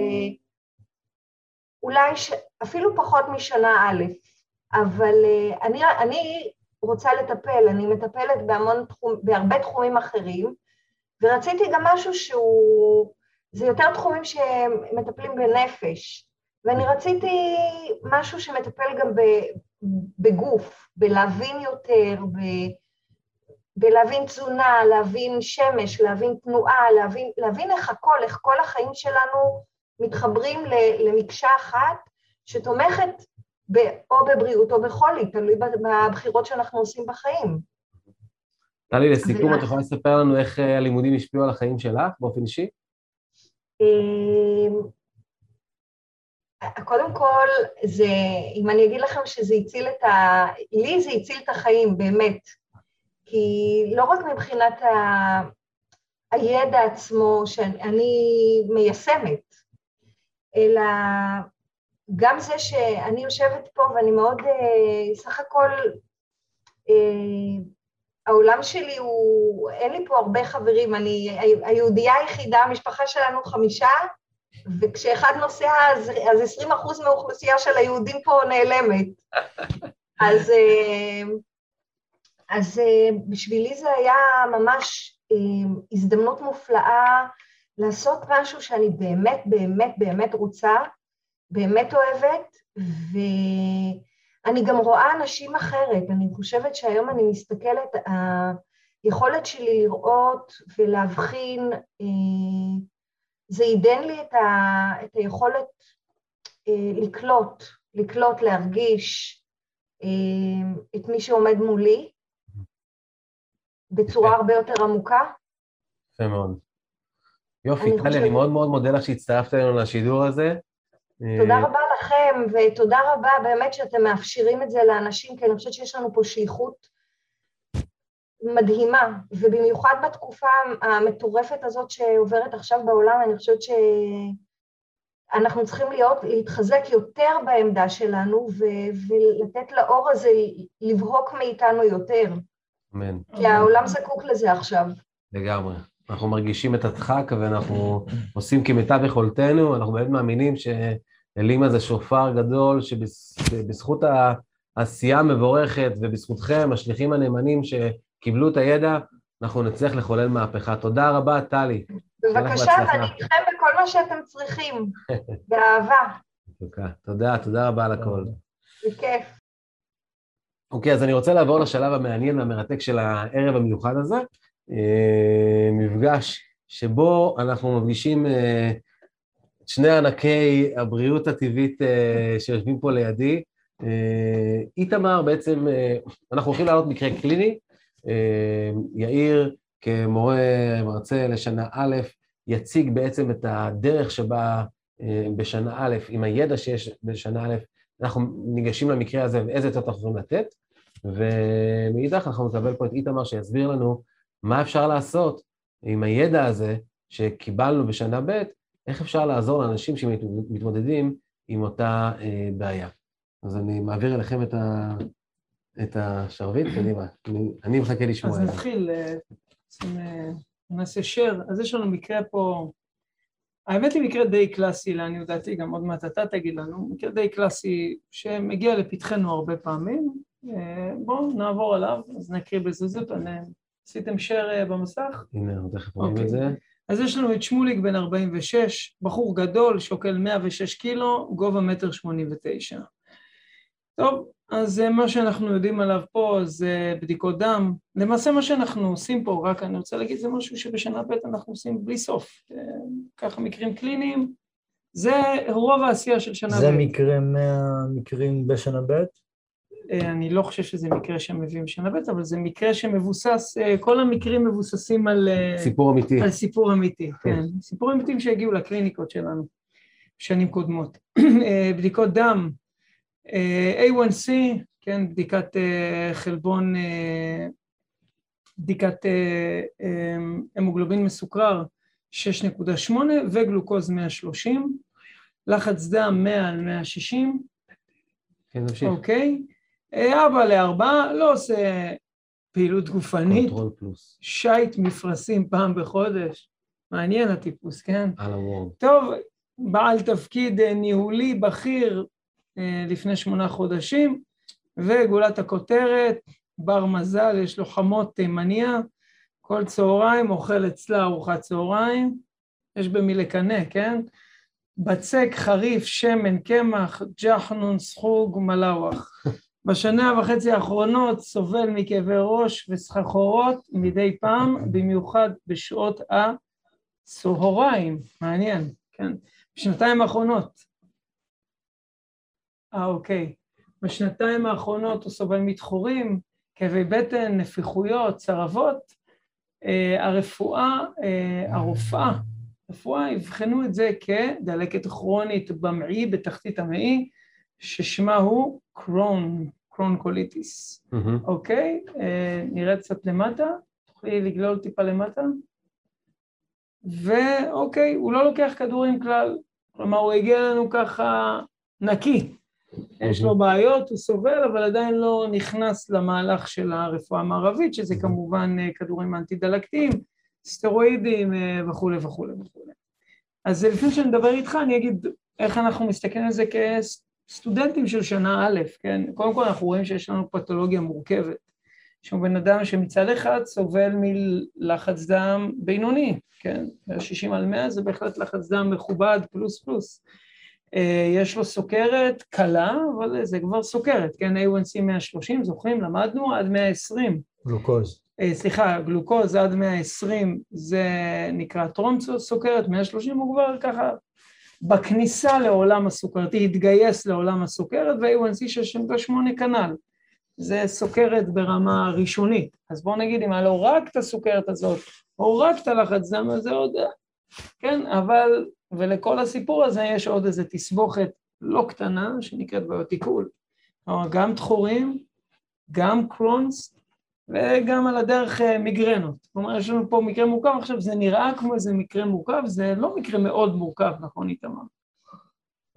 אולי אפילו פחות משנה א', אבל אני רוצה לטפל, אני מטפלת בהרבה תחומים אחרים, ורציתי גם משהו זה יותר תחומים שמטפלים בנפש, ואני רציתי משהו שמטפל גם בגוף, בלהבין יותר, בלהבין תזונה, להבין שמש, להבין תנועה, להבין איך כל החיים שלנו מתחברים למקשה אחת, שתומכת או בבריאות או בחולי, תלוי בבחירות שאנחנו עושים בחיים. טלי, לסיכום, את יכולה לספר לנו איך הלימודים השפיעו על החיים שלך באופן אישי? קודם כל, אם אני אגיד לכם שזה הציל לי זה הציל את החיים, באמת. כי לא רק מבחינת הידע עצמו שאני מיישמת, אלא גם זה שאני יושבת פה ואני מאוד, סך הכל, העולם שלי אין לי פה הרבה חברים, אני היהודייה היחידה, המשפחה שלנו 5, וכשאחד נוסע אז 20% מהאוכלוסייה של היהודים פה נעלמת. אז בשבילי זה היה ממש הזדמנות מופלאה לעשות משהו שאני באמת, באמת, באמת רוצה, באמת אוהבת, ואני גם רואה אנשים אחרת. אני חושבת שהיום אני מסתכלת, היכולת שלי לראות ולהבחין, זה ייתן לי את היכולת לקלוט, להרגיש את מי שעומד מולי, בצורה הרבה יותר עמוקה. יפה מאוד. יופי, טלי, אני מאוד מאוד מודה לך שהצטרפת אלינו לשידור הזה. תודה רבה לכם, ותודה רבה באמת שאתם מאפשרים את זה לאנשים, כי אני חושבת שיש לנו פה שליחות מדהימה, ובמיוחד בתקופה המטורפת הזאת שעוברת עכשיו בעולם, אני חושבת אנחנו צריכים להתחזק יותר בעמדה שלנו, ולתת לאור הזה לבהוק מאיתנו יותר. אמן. כי העולם זקוק לזה עכשיו. לגמרי. אנחנו מרגישים את הדחק, ואנחנו עושים כמיטב יכולתנו, אנחנו באמת מאמינים שאלימה זה שופר גדול, שבזכות העשייה המבורכת, ובזכותכם, השליחים הנאמנים שקיבלו את הידע, אנחנו נצליח לחולל מהפכה. תודה רבה, טלי. בבקשה, ואני איתכם בכל מה שאתם צריכים, באהבה. תודה רבה על הכל. בכיף. אוקיי, אז אני רוצה לעבור לשלב המעניין והמרתק של הערב המיוחד הזה, מפגש שבו אנחנו מפגישים את שני ענקי הבריאות הטבעית שיושבים פה לידי. איתמר בעצם, אנחנו הולכים לעלות מקרה קליני, יאיר מרצה לשנה א', יציג בעצם את הדרך שבה בשנה א', עם הידע שיש בשנה א', אנחנו ניגשים למקרה הזה ואיזה עצות אנחנו יכולים לתת, ומאידך אנחנו נקבל פה את איתמר שיסביר לנו מה אפשר לעשות עם הידע הזה שקיבלנו בשנה ב', איך אפשר לעזור לאנשים שמתמודדים עם אותה בעיה. אז אני מעביר אליכם את השרביט, אני מחכה לשמוע. אז נתחיל, נעשה share. אז יש לנו מקרה פה, האמת היא מקרה די קלאסי, לעניות דעתי, גם עוד מעט אתה תגיד לנו, מקרה די קלאסי שמגיע לפתחנו הרבה פעמים, בואו נעבור עליו, אז נקריא בזוזות, עשיתם share במסך? הנה, תכף רואים את זה. אז יש לנו את שמוליק בן 46, בחור גדול, שוקל 106 קילו, גובה 1.89 מטר. טוב, אז מה שאנחנו יודעים עליו פה זה בדיקות דם. למעשה מה שאנחנו עושים פה, רק אני רוצה להגיד, זה משהו שבשנה ב' אנחנו עושים בלי סוף. ככה מקרים קליניים, זה רוב העשייה של שנה ב'. זה מקרה מהמקרים בשנה ב'? אני לא חושב שזה מקרה שמביאים שנה ב', אבל זה מקרה שמבוסס, כל המקרים מבוססים על סיפור אמיתי. על סיפור אמיתי, כן. סיפור אמיתיים שהגיעו לקליניקות שלנו, שנים קודמות. בדיקות דם, A1C, כן, בדיקת חלבון, בדיקת המוגלובין מסוכרר 6.8 וגלוקוז 130, לחץ דם 100 על 160. כן, נמשיך. אוקיי. 4-4, לא עושה פעילות גופנית. קונטרול פלוס. שייט מפרסים פעם בחודש. מעניין הטיפוס, כן? על הוורד. טוב, בעל תפקיד ניהולי בכיר לפני 8 חודשים, וגולת הכותרת, בר מזל, יש לו חמות תימניה, כל צהריים אוכל אצלה ארוחת צהריים, יש במי לקנה, כן? בצק, חריף, שמן, קמח, ג'חנון, סחוג, מלאווח. בשנה וחצי האחרונות סובל מכאבי ראש וסחרחורות מדי פעם, במיוחד בשעות הצהריים. מעניין, כן? בשנתיים האחרונות. אוקיי. בשנתיים האחרונות הוא סובל מתחורים, כאבי בטן, נפיחויות, צרבות. הרופאה הבחנו את זה כדלקת כרונית במעי, בתחתית המעי, ששמה הוא קרון קוליטיס. אוקיי? נראה קצת למטה, תוכלי לגלול טיפה למטה. ואוקיי, הוא לא לוקח כדורים כלל, כלומר הוא הגיע לנו ככה נקי. יש לו בעיות, הוא סובל, אבל עדיין לא נכנס למהלך של הרפואה המערבית, שזה כמובן כדורים אנטי-דלקתיים, סטרואידים וכו' וכו' וכו'. אז לפני שאני מדבר איתך, אני אגיד איך אנחנו מסתכלים על זה כסטודנטים של שנה א', כן? קודם כל אנחנו רואים שיש לנו פתולוגיה מורכבת, שהוא בן אדם שמצד אחד סובל מלחץ דם בינוני, כן? 60 על 100 זה בהחלט לחץ דם מכובד פלוס פלוס. יש לו סוכרת קלה, אבל זה כבר סוכרת, כן? A1C 130, זוכרים? למדנו עד 120. גלוקוז. גלוקוז עד 120 זה נקרא טרומסוס, סוכרת 130 הוא כבר ככה בכניסה לעולם הסוכרתי, התגייס לעולם הסוכרת, ו-A1C 68 כנל. זה סוכרת ברמה ראשונית. אז בואו נגיד, אם היה לו רק את הסוכרת הזאת, או רק את הלחץ דם הזה עוד, כן, אבל, ולכל הסיפור הזה יש עוד איזו תסבוכת לא קטנה, שנקראת בעיות עיכול. גם תחורים, גם קרונס, וגם על הדרך מיגרנות. כלומר, יש לנו פה מקרה מורכב, עכשיו זה נראה כמו איזה מקרה מורכב, זה לא מקרה מאוד מורכב, נכון איתמר?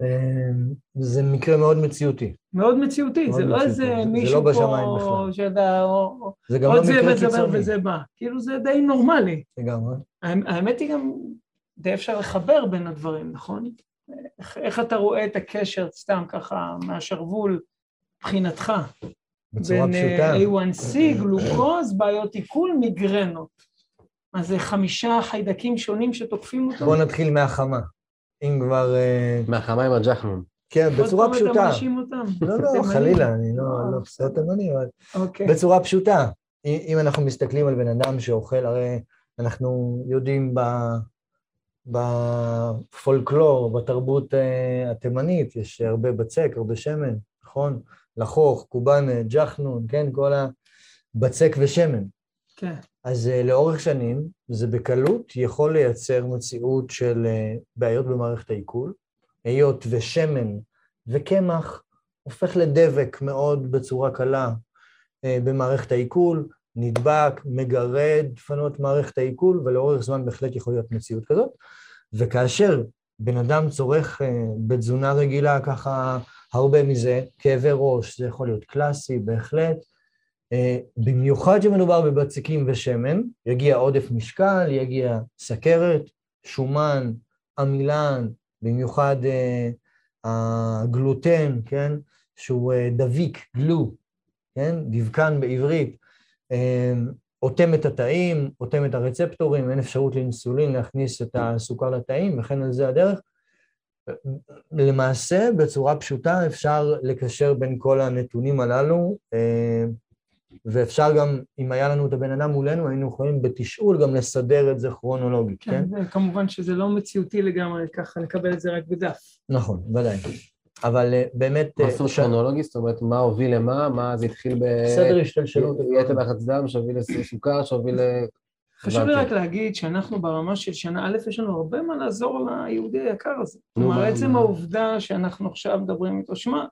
זה מקרה מאוד מציאותי. מאוד מציאותי, זה לא איזה מישהו פה שידע, עוד זה מדבר וזה בא. כאילו זה די נורמלי. לגמרי. האמת היא גם די אפשר לחבר בין הדברים, נכון? איך אתה רואה את הקשר סתם ככה מהשרוול מבחינתך? בצורה פשוטה. בין A1C, גלוקוז, בעיות עיכול, מיגרנות. אז זה 5 חיידקים שונים שתוקפים אותו. בוא נתחיל מהחמה. אם כבר... מהחמה עם הג'חנון. כן, בצורה פשוטה. עוד פעם אתה מאשים אותם. לא, חלילה, אני לא פסול תימני, אבל בצורה פשוטה. אם אנחנו מסתכלים על בן אדם שאוכל, הרי אנחנו יודעים בפולקלור, בתרבות התימנית, יש הרבה בצק, הרבה שמן, נכון? לחוך, קובאנה, ג'חנון, כן? כל הבצק ושמן. כן. אז לאורך שנים, זה בקלות יכול לייצר מציאות של בעיות במערכת העיכול, היות ושמן וקמח הופך לדבק מאוד בצורה קלה במערכת העיכול, נדבק, מגרד, דפנות מערכת העיכול, ולאורך זמן בהחלט יכול להיות מציאות כזאת. וכאשר בן אדם צורך בתזונה רגילה ככה הרבה מזה, כאבי ראש, זה יכול להיות קלאסי בהחלט, במיוחד שמדובר בבצקים ושמן, יגיע עודף משקל, יגיע סכרת, שומן, עמילן, במיוחד הגלוטן, כן, שהוא דביק, גלו, כן, דבקן בעברית, אוטם את התאים, אוטם את הרצפטורים, אין אפשרות לאינסולין להכניס את הסוכר לתאים, וכן על זה הדרך. למעשה, בצורה פשוטה, אפשר לקשר בין כל הנתונים הללו, ואפשר גם, אם היה לנו את הבן אדם מולנו, היינו יכולים בתשאול גם לסדר את זה כרונולוגית, כן? כן, כמובן שזה לא מציאותי לגמרי ככה, לקבל את זה רק בדף. נכון, ודאי. אבל באמת... מה עשו כרונולוגי? זאת אומרת, מה הוביל למה? מה זה התחיל סדר השתלשלות. יתר לחץ דם, שהוביל לסוכר, שהוביל חשוב לי רק להגיד שאנחנו ברמה של שנה א', יש לנו הרבה מה לעזור ליהודי היקר הזה. כלומר, עצם העובדה שאנחנו עכשיו מדברים איתו, שמע,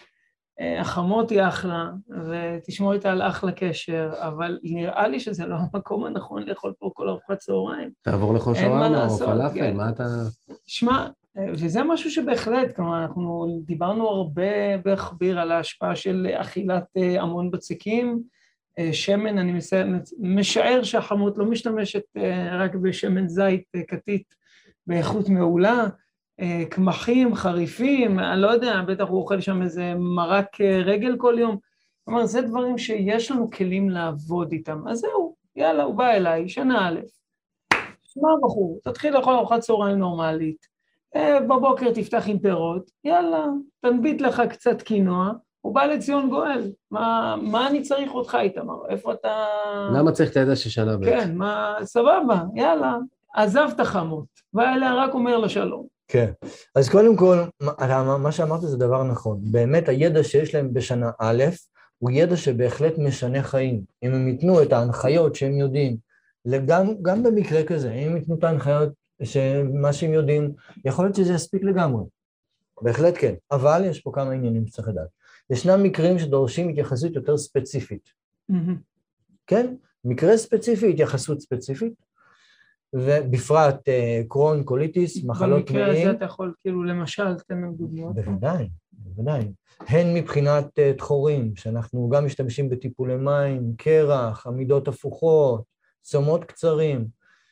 החמות היא אחלה, ותשמור איתה על אחלה קשר, אבל נראה לי שזה לא המקום הנכון לאכול פה כל ארוחת צהריים. תעבור לאכול שווארמה או פלאפל, מה אתה... שמע, וזה משהו שבהחלט, כלומר, אנחנו דיברנו הרבה בהכביר על ההשפעה של אכילת המון בצקים, שמן, אני משער שהחמות לא משתמשת רק בשמן זית כתית באיכות מעולה, קמחים, חריפים, אני לא יודע, בטח הוא אוכל שם איזה מרק רגל כל יום. כלומר, זה דברים שיש לנו כלים לעבוד איתם. אז זהו, יאללה, הוא בא אליי, שנה א', שמע בחור, תתחיל לאכול ארוחת צהריים נורמלית, בבוקר תפתח עם פירות, יאללה, תנביט לך קצת קינוע, הוא בא לציון גואל. מה אני צריך אותך, איתמר? איפה אתה... למה צריך את הידע של שנה ב'? כן, סבבה, יאללה, עזב את החמות, ואליה רק אומר לשלום. כן, אז קודם כל, מה שאמרת זה דבר נכון. באמת הידע שיש להם בשנה א', הוא ידע שבהחלט משנה חיים. אם הם ייתנו את ההנחיות שהם יודעים, גם במקרה כזה, אם ייתנו את ההנחיות שמה שהם יודעים, יכול להיות שזה יספיק לגמרי. בהחלט כן, אבל יש פה כמה עניינים שצריך לדעת. ישנם מקרים שדורשים התייחסות יותר ספציפית. כן? מקרה ספציפי, התייחסות ספציפית, ובפרט קרון, קוליטיס, מחלות טמאים. במקרה הזה אתה יכול, כאילו, למשל, תן לנו דוגמאות. בוודאי, בוודאי. הן מבחינת דחורים, שאנחנו גם משתמשים בטיפולי מים, קרח, עמידות הפוכות, צומות קצרים,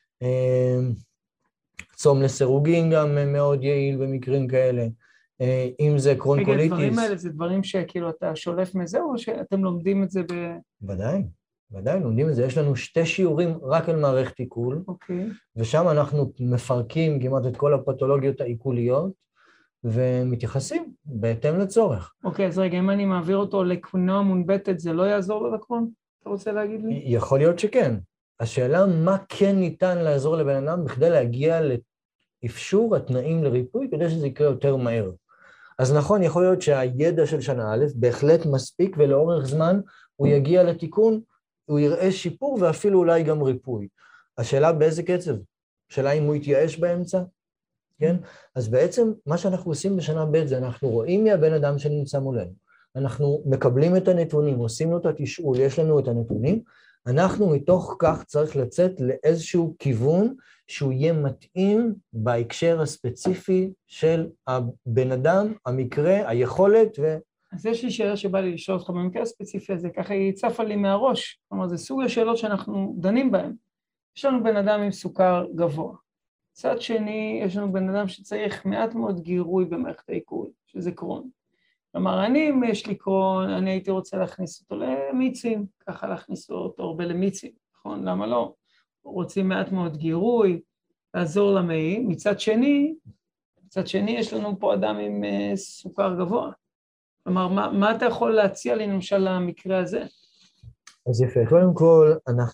צום לסירוגין גם מאוד יעיל במקרים כאלה. אם זה קרון קוליטיס. הדברים האלה זה דברים שכאילו אתה שולף מזה, או שאתם לומדים את זה ודאי. ודאי, לומדים את זה. יש לנו 2 שיעורים רק על מערכת עיכול, ושם אנחנו מפרקים כמעט את כל הפתולוגיות העיכוליות, ומתייחסים בהתאם לצורך. אוקיי, אז רגע, אם אני מעביר אותו לקינוע מונבטת, זה לא יעזור לו לקרון? אתה רוצה להגיד לי? יכול להיות שכן. השאלה מה כן ניתן לעזור לבן אדם בכדי להגיע לאפשור התנאים לריפוי, כדי שזה יקרה יותר מהר. אז נכון, יכול להיות שהידע של שנה א' בהחלט מספיק, ולאורך זמן הוא יגיע לתיקון, הוא יראה שיפור ואפילו אולי גם ריפוי. השאלה באיזה קצב? השאלה אם הוא יתייאש באמצע? כן? אז בעצם מה שאנחנו עושים בשנה ב' זה אנחנו רואים מי הבן אדם שנמצא מולנו. אנחנו מקבלים את הנתונים, עושים לו את התשאול, יש לנו את הנתונים, אנחנו מתוך כך צריך לצאת לאיזשהו כיוון שהוא יהיה מתאים בהקשר הספציפי של הבן אדם, המקרה, היכולת אז יש לי שאלה שבא לי לשאול אותך במקרה הספציפי הזה, ככה היא צפה לי מהראש, כלומר זה סוג השאלות שאנחנו דנים בהן. יש לנו בן אדם עם סוכר גבוה. מצד שני, יש לנו בן אדם שצריך מעט מאוד גירוי במערכת העיכול, שזה קרון. כלומר, אם יש לי קרון, אני הייתי רוצה להכניס אותו למיצים, ככה להכניס אותו הרבה למיצים, נכון? למה לא? רוצים מעט מאוד גירוי, לעזור למעי. מצד שני, יש לנו פה אדם עם סוכר גבוה. כלומר, מה אתה יכול להציע לי למשל למקרה הזה? אז יפה, קודם כל,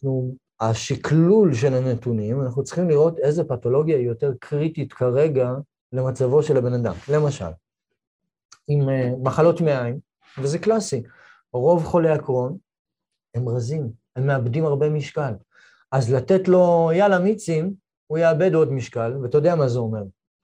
השקלול של הנתונים, אנחנו צריכים לראות איזה פתולוגיה היא יותר קריטית כרגע למצבו של הבן אדם. למשל, עם מחלות מעיים, וזה קלאסי, רוב חולי הקרון הם רזים, הם מאבדים הרבה משקל. אז לתת לו יאללה מיצים, הוא יאבד עוד משקל, ואתה יודע מה זה אומר.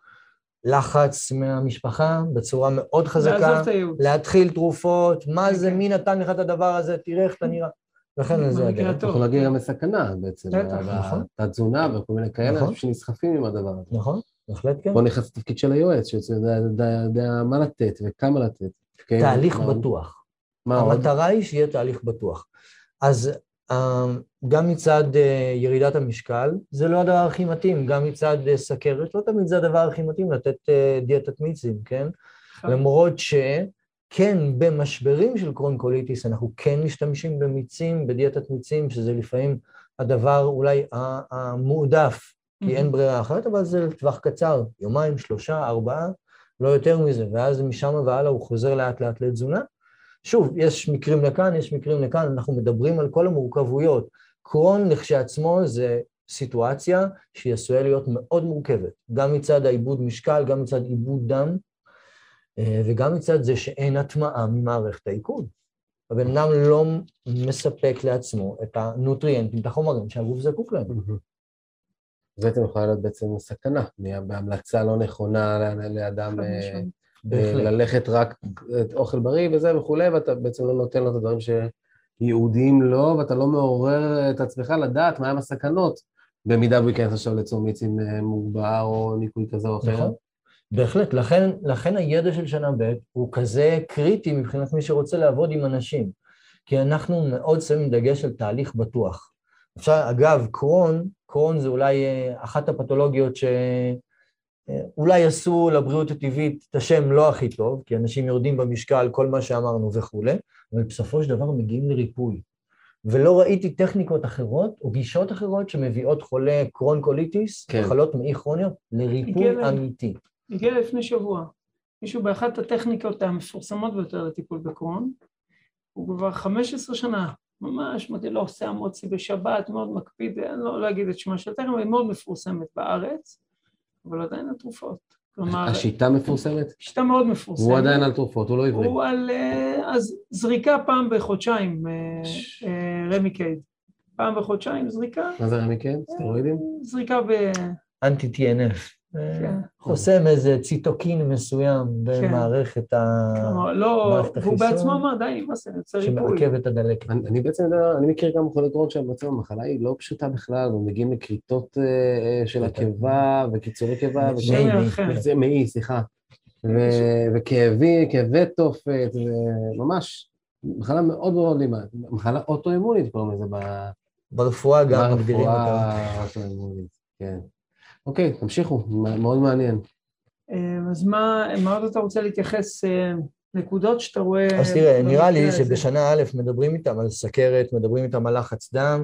לחץ מהמשפחה בצורה מאוד חזקה, להתחיל תרופות, מה זה, מי נתן לך את הדבר הזה, תראה איך אתה נראה. לכן זה הדרך. אתה יכול להגיע גם לסכנה בעצם, התזונה וכל מיני כאלה שנסחפים עם הדבר הזה. נכון, בהחלט כן. פה נכנס לתפקיד של היועץ, שיודע מה לתת וכמה לתת. תהליך בטוח. המטרה היא שיהיה תהליך בטוח. אז גם מצד ירידת המשקל, זה לא הדבר הכי מתאים, גם מצד סכרת, לא תמיד זה הדבר הכי מתאים לתת דיאטת מיצים, כן? למרות שכן, במשברים של קרון קוליטיס, אנחנו כן משתמשים במיצים, בדיאטת מיצים, שזה לפעמים הדבר אולי המועדף, כי אין ברירה אחרת, אבל זה לטווח קצר, יומיים, 3, 4, לא יותר מזה, ואז משם והלאה הוא חוזר לאט לאט לתזונה. שוב, יש מקרים לכאן, יש מקרים לכאן, אנחנו מדברים על כל המורכבויות. קרון לכשעצמו זה סיטואציה שהיא עשויה להיות מאוד מורכבת, גם מצד העיבוד משקל, גם מצד עיבוד דם, וגם מצד זה שאין הטמעה ממערכת העיכול. הבן אדם לא מספק לעצמו את הנוטריאנטים, את החומרים שהגוף זקוק להם. זה אתם יכולה להיות בעצם סכנה, בהמלצה לא נכונה לאדם ללכת רק את אוכל בריא וזה וכולי, ואתה בעצם לא נותן לו את הדברים שיהודיים לו, ואתה לא מעורר את עצמך לדעת מהם הסכנות, במידה הוא ייכנס עכשיו לצום מיצים מוגבר או ניקוי כזה או אחר. נכון, בהחלט, לכן הידע של שנה ב' הוא כזה קריטי מבחינת מי שרוצה לעבוד עם אנשים, כי אנחנו מאוד שמים דגש על תהליך בטוח. עכשיו, אגב, קרון זה אולי אחת הפתולוגיות שאולי עשו לבריאות הטבעית את השם לא הכי טוב, כי אנשים יורדים במשקל, כל מה שאמרנו וכו', אבל בסופו של דבר מגיעים לריפוי. ולא ראיתי טכניקות אחרות או גישות אחרות שמביאות חולה קרון קוליטיס, מחלות מעי כרוניות, לריפוי אמיתי. הגיע לפני שבוע, מישהו באחת הטכניקות המפורסמות ביותר לטיפול בקרון, הוא כבר 15 שנה, ממש לא עושה המוציא בשבת, מאוד מקפיד, אני לא אגיד את שמה של טכניקה, היא מאוד מפורסמת בארץ, אבל עדיין על תרופות. כלומר, השיטה מפורסמת? שיטה מאוד מפורסמת. הוא עדיין על תרופות, הוא לא עברי. הוא על אז זריקה פעם בחודשיים, רמיקייד. פעם בחודשיים זריקה. מה זה רמיקייד? סטרואידים? זריקה אנטי-TNF. חוסם איזה ציטוקין מסוים במערכת החיסון. והוא בעצמו אמר, די, מה זה, יוצא ריפוי. שמעכב את הדלקת. אני בעצם יודע, אני מכיר גם חולי קרון שבעצם המחלה היא לא פשוטה בכלל, ומגיעים לקריטות של הקיבה וקיצורי קיבה. מעי, סליחה. וכאבי תופת, ממש, מחלה מאוד מאוד לימה, מחלה אוטואימונית קוראים לזה ברפואה גם מגדירים אותה. ברפואה אוטואימונית, כן. אוקיי, תמשיכו, מאוד מעניין. אז מה עוד אתה רוצה להתייחס נקודות שאתה רואה? אז תראה, נראה לי שבשנה א' מדברים איתם על סכרת, מדברים איתם על לחץ דם,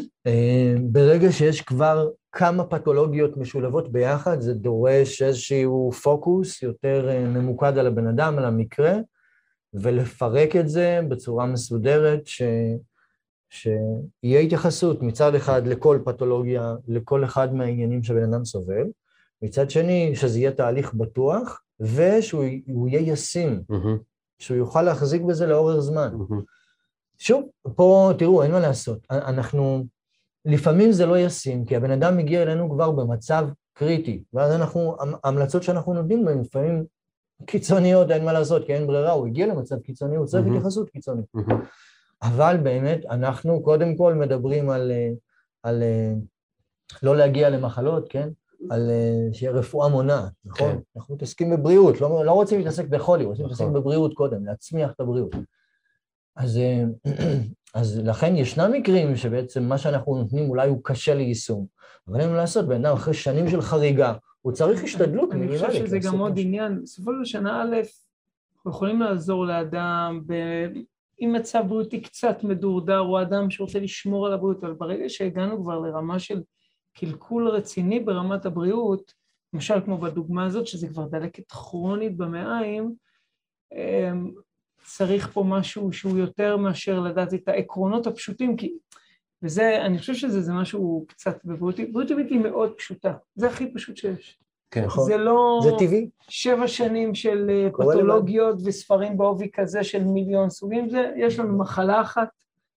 ברגע שיש כבר כמה פתולוגיות משולבות ביחד, זה דורש איזשהו פוקוס יותר ממוקד על הבן אדם, על המקרה, ולפרק את זה בצורה מסודרת שיהיה התייחסות מצד אחד לכל פתולוגיה, לכל אחד מהעניינים שבן אדם סובל, מצד שני שזה יהיה תהליך בטוח, ושהוא יהיה ישים, שהוא יוכל להחזיק בזה לאורך זמן. שוב, פה תראו, אין מה לעשות, לפעמים זה לא ישים, כי הבן אדם מגיע אלינו כבר במצב קריטי, ואז ההמלצות שאנחנו נותנים בהם, לפעמים קיצוניות, אין מה לעשות, כי אין ברירה, הוא הגיע למצב קיצוני, הוא צריך התייחסות קיצונית. אבל באמת אנחנו קודם כל מדברים על לא להגיע למחלות, כן? על שיהיה רפואה מונעת, נכון? כן. אנחנו מתעסקים בבריאות, לא רוצים להתעסק בחולי, רוצים נכון. להתעסק בבריאות קודם, להצמיח את הבריאות. אז לכן ישנם מקרים שבעצם מה שאנחנו נותנים אולי הוא קשה ליישום, אבל אין מה לעשות, בן אדם אחרי שנים של חריגה, הוא צריך השתדלות מינימלית. אני חושב שזה גם עוד עניין, בסופו של שנה א', אנחנו יכולים לעזור לאדם עם מצב בריאותי קצת מדורדר, או אדם שרוצה לשמור על הבריאות, אבל ברגע שהגענו כבר לרמה של קלקול רציני ברמת הבריאות, למשל כמו בדוגמה הזאת, שזה כבר דלקת כרונית במעיים, צריך פה משהו שהוא יותר מאשר לדעת את העקרונות הפשוטים, וזה, אני חושב שזה משהו קצת בבריאות, בריאות טבעית היא מאוד פשוטה, זה הכי פשוט שיש. כן, זה לא זה טבעי. 7 שנים של פתולוגיות וספרים בעובי כזה של מיליון סוגים, יש לנו מחלה אחת.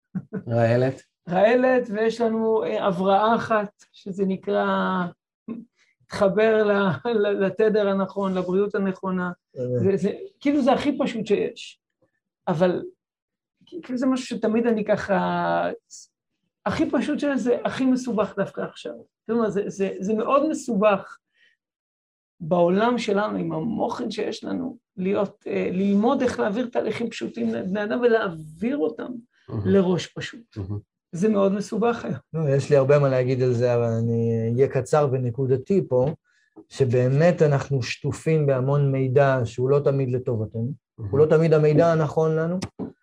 רעלת, ויש לנו הבראה אחת, שזה נקרא תחבר לתדר הנכון, לבריאות הנכונה. כאילו זה הכי פשוט שיש. אבל כאילו זה משהו שתמיד אני ככה, הכי פשוט שזה הכי מסובך דווקא עכשיו. זאת אומרת, זה מאוד מסובך בעולם שלנו, עם המוחן שיש לנו, ללמוד איך להעביר תהליכים פשוטים לבני אדם ולהעביר אותם לראש פשוט. זה מאוד מסובך היום. יש לי הרבה מה להגיד על זה, אבל אני אהיה קצר ונקודתי פה, שבאמת אנחנו שטופים בהמון מידע שהוא לא תמיד לטובתנו, הוא לא תמיד המידע הנכון לנו,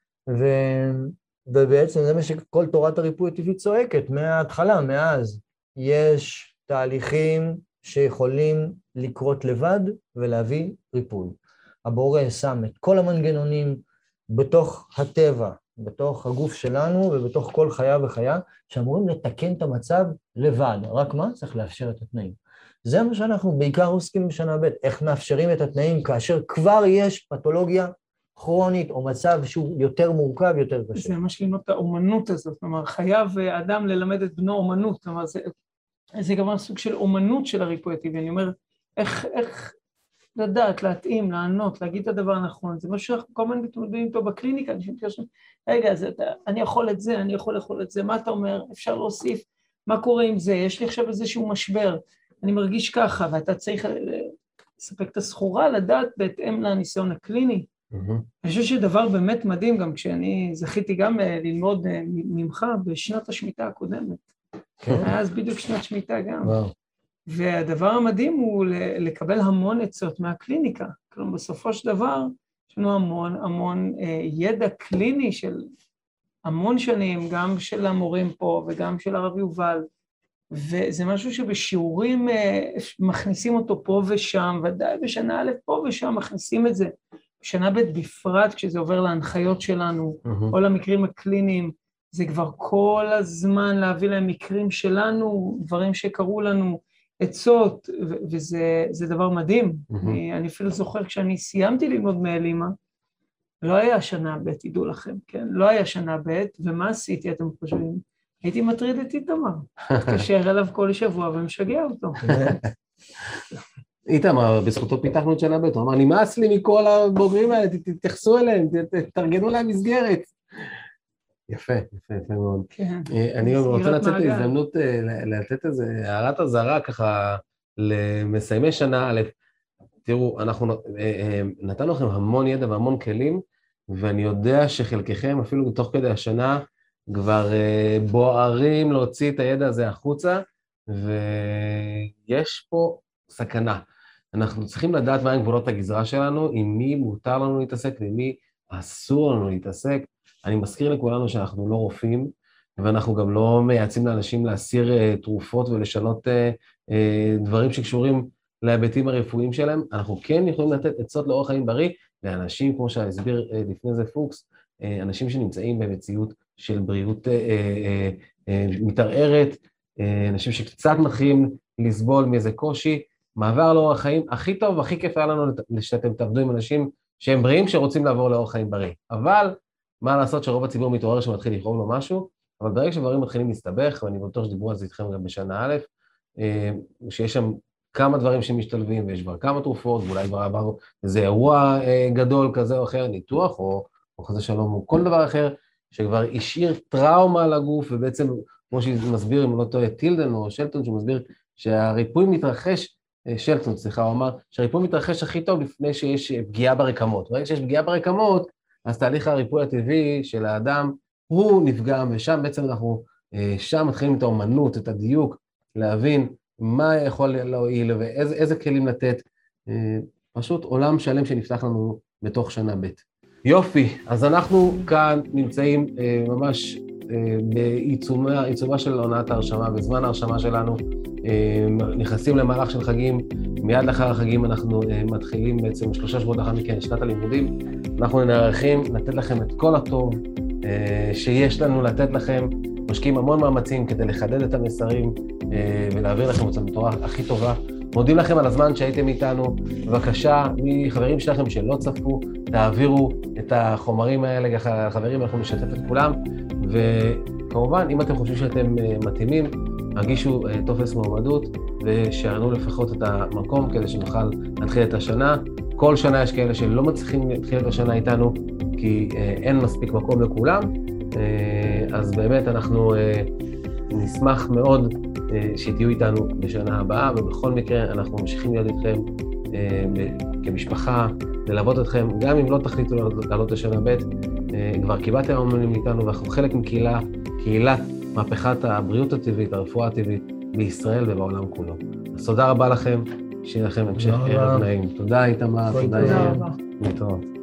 ובעצם זה מה שכל תורת הריפוי הטבעי צועקת מההתחלה, מאז. יש תהליכים שיכולים לקרות לבד ולהביא ריפוי. הבורא שם את כל המנגנונים בתוך הטבע, בתוך הגוף שלנו ובתוך כל חיה וחיה, שאמורים לתקן את המצב לבד. רק מה? צריך לאפשר את התנאים. זה מה שאנחנו בעיקר עוסקים בשנה ב', איך מאפשרים את התנאים כאשר כבר יש פתולוגיה כרונית או מצב שהוא יותר מורכב, יותר קשה. זה ממש ללמוד את האומנות הזאת, כלומר, חייב אדם ללמד את בנו אומנות, כלומר, זה גם סוג של אומנות של הריפוי הטבעי, אני אומר, איך לדעת, להתאים, לענות, להגיד את הדבר הנכון, זה משהו שאנחנו כל הזמן מתמודדים איתו בקליניקה, אנשים מתקשרים, רגע, אני יכול את זה, אני יכול לאכול את זה, מה אתה אומר, אפשר להוסיף, מה קורה עם זה, יש לי עכשיו איזשהו משבר, אני מרגיש ככה, ואתה צריך לספק את הסחורה, לדעת בהתאם לניסיון הקליני. אני חושב שדבר באמת מדהים, גם כשאני זכיתי גם ללמוד ממך בשנת השמיטה הקודמת. היה אז בדיוק שנת שמיטה גם. והדבר המדהים הוא לקבל המון עצות מהקליניקה. כלומר, בסופו של דבר, יש לנו המון ידע קליני של המון שנים, גם של המורים פה וגם של הרב יובל, וזה משהו שבשיעורים מכניסים אותו פה ושם, ודאי בשנה א' פה ושם מכניסים את זה. בשנה ב' בפרט, כשזה עובר להנחיות שלנו, או למקרים הקליניים, זה כבר כל הזמן להביא להם מקרים שלנו, דברים שקרו לנו, עצות, וזה דבר מדהים. אני אפילו זוכר, כשאני סיימתי ללמוד מאלימה, לא היה שנה ב', תדעו לכם, כן? לא היה שנה ב', ומה עשיתי, אתם חושבים? הייתי מטריד את איתמר, התקשר אליו כל שבוע ומשגע אותו. איתמר, בזכותו פיתחנו את שנה ב', הוא אמר, נמאס לי מכל הבוגרים האלה, תתייחסו אליהם, תתארגנו להם מסגרת. יפה מאוד. כן. אני רוצה לצאת להזדמנות, לתת איזו הערת אזהרה ככה, למסיימי שנה א', תראו, אנחנו נתנו לכם המון ידע והמון כלים, ואני יודע שחלקכם, אפילו תוך כדי השנה, כבר בוערים להוציא את הידע הזה החוצה, ויש פה סכנה. אנחנו צריכים לדעת מה גבולות הגזרה שלנו, עם מי מותר לנו להתעסק, ועם מי אסור לנו להתעסק. אני מזכיר לכולנו שאנחנו לא רופאים, ואנחנו גם לא מייעצים לאנשים להסיר תרופות ולשנות דברים שקשורים להיבטים הרפואיים שלהם. אנחנו כן יכולים לתת עצות לאורח חיים בריא, לאנשים, כמו שהסביר לפני זה פוקס, אנשים שנמצאים במציאות של בריאות מתערערת, אנשים שקצת מתחילים לסבול מאיזה קושי, מעבר לאורח חיים הכי טוב והכי כיף היה לנו שאתם תעבדו עם אנשים שהם בריאים שרוצים לעבור לאורח חיים בריא. אבל מה לעשות שרוב הציבור מתעורר שמתחיל לכאוב לו משהו, אבל ברגע שדברים מתחילים להסתבך, ואני בטוח שדיברו על זה איתכם גם בשנה א', שיש שם כמה דברים שמשתלבים, ויש כבר כמה תרופות, ואולי כבר עבר איזה אירוע גדול כזה או אחר, ניתוח, או חזה שלום, או כל דבר אחר, שכבר השאיר טראומה על הגוף, ובעצם, כמו שמסביר, אם לא טועה, טילדן או שלטון, שמסביר שהריפוי מתרחש, שלטון, סליחה, הוא אמר, שהריפוי מתרחש הכי טוב לפני שיש פגיעה ברקמות. ברגע שיש פגיעה ברקמות, אז תהליך הריפוי הטבעי של האדם, הוא נפגע, ושם בעצם אנחנו, שם מתחילים את האומנות, את הדיוק, להבין מה יכול להועיל ואיזה כלים לתת, פשוט עולם שלם שנפתח לנו בתוך שנה ב'. יופי, אז אנחנו כאן נמצאים ממש בעיצומה של עונת ההרשמה, בזמן ההרשמה שלנו, נכנסים למהלך של חגים, מיד לאחר החגים אנחנו מתחילים בעצם 3 שבועות לאחר מכן שנת הלימודים, אנחנו נערכים לתת לכם את כל הטוב שיש לנו לתת לכם, משקיעים המון מאמצים כדי לחדד את המסרים ולהעביר לכם אותם בתורה הכי טובה. מודים לכם על הזמן שהייתם איתנו, בבקשה, מחברים שלכם שלא צפו, תעבירו את החומרים האלה, חברים, אנחנו נשתף את כולם, וכמובן, אם אתם חושבים שאתם מתאימים, הגישו טופס מועמדות, ושענו לפחות את המקום כדי שנוכל להתחיל את השנה. כל שנה יש כאלה שלא מצליחים להתחיל את השנה איתנו, כי אין מספיק מקום לכולם, אז באמת אנחנו נשמח מאוד שתהיו איתנו בשנה הבאה, ובכל מקרה אנחנו ממשיכים להיות איתכם כמשפחה, ללוות אתכם, גם אם לא תחליטו לעלות לשנה ב', כבר קיבלתם המונים איתנו, ואנחנו חלק מקהילת מהפכת הבריאות הטבעית, הרפואה הטבעית בישראל ובעולם כולו. אז תודה רבה לכם, שיהיה לכם המשך ערב נעים. תודה איתמר, תודה רבה. להתראות.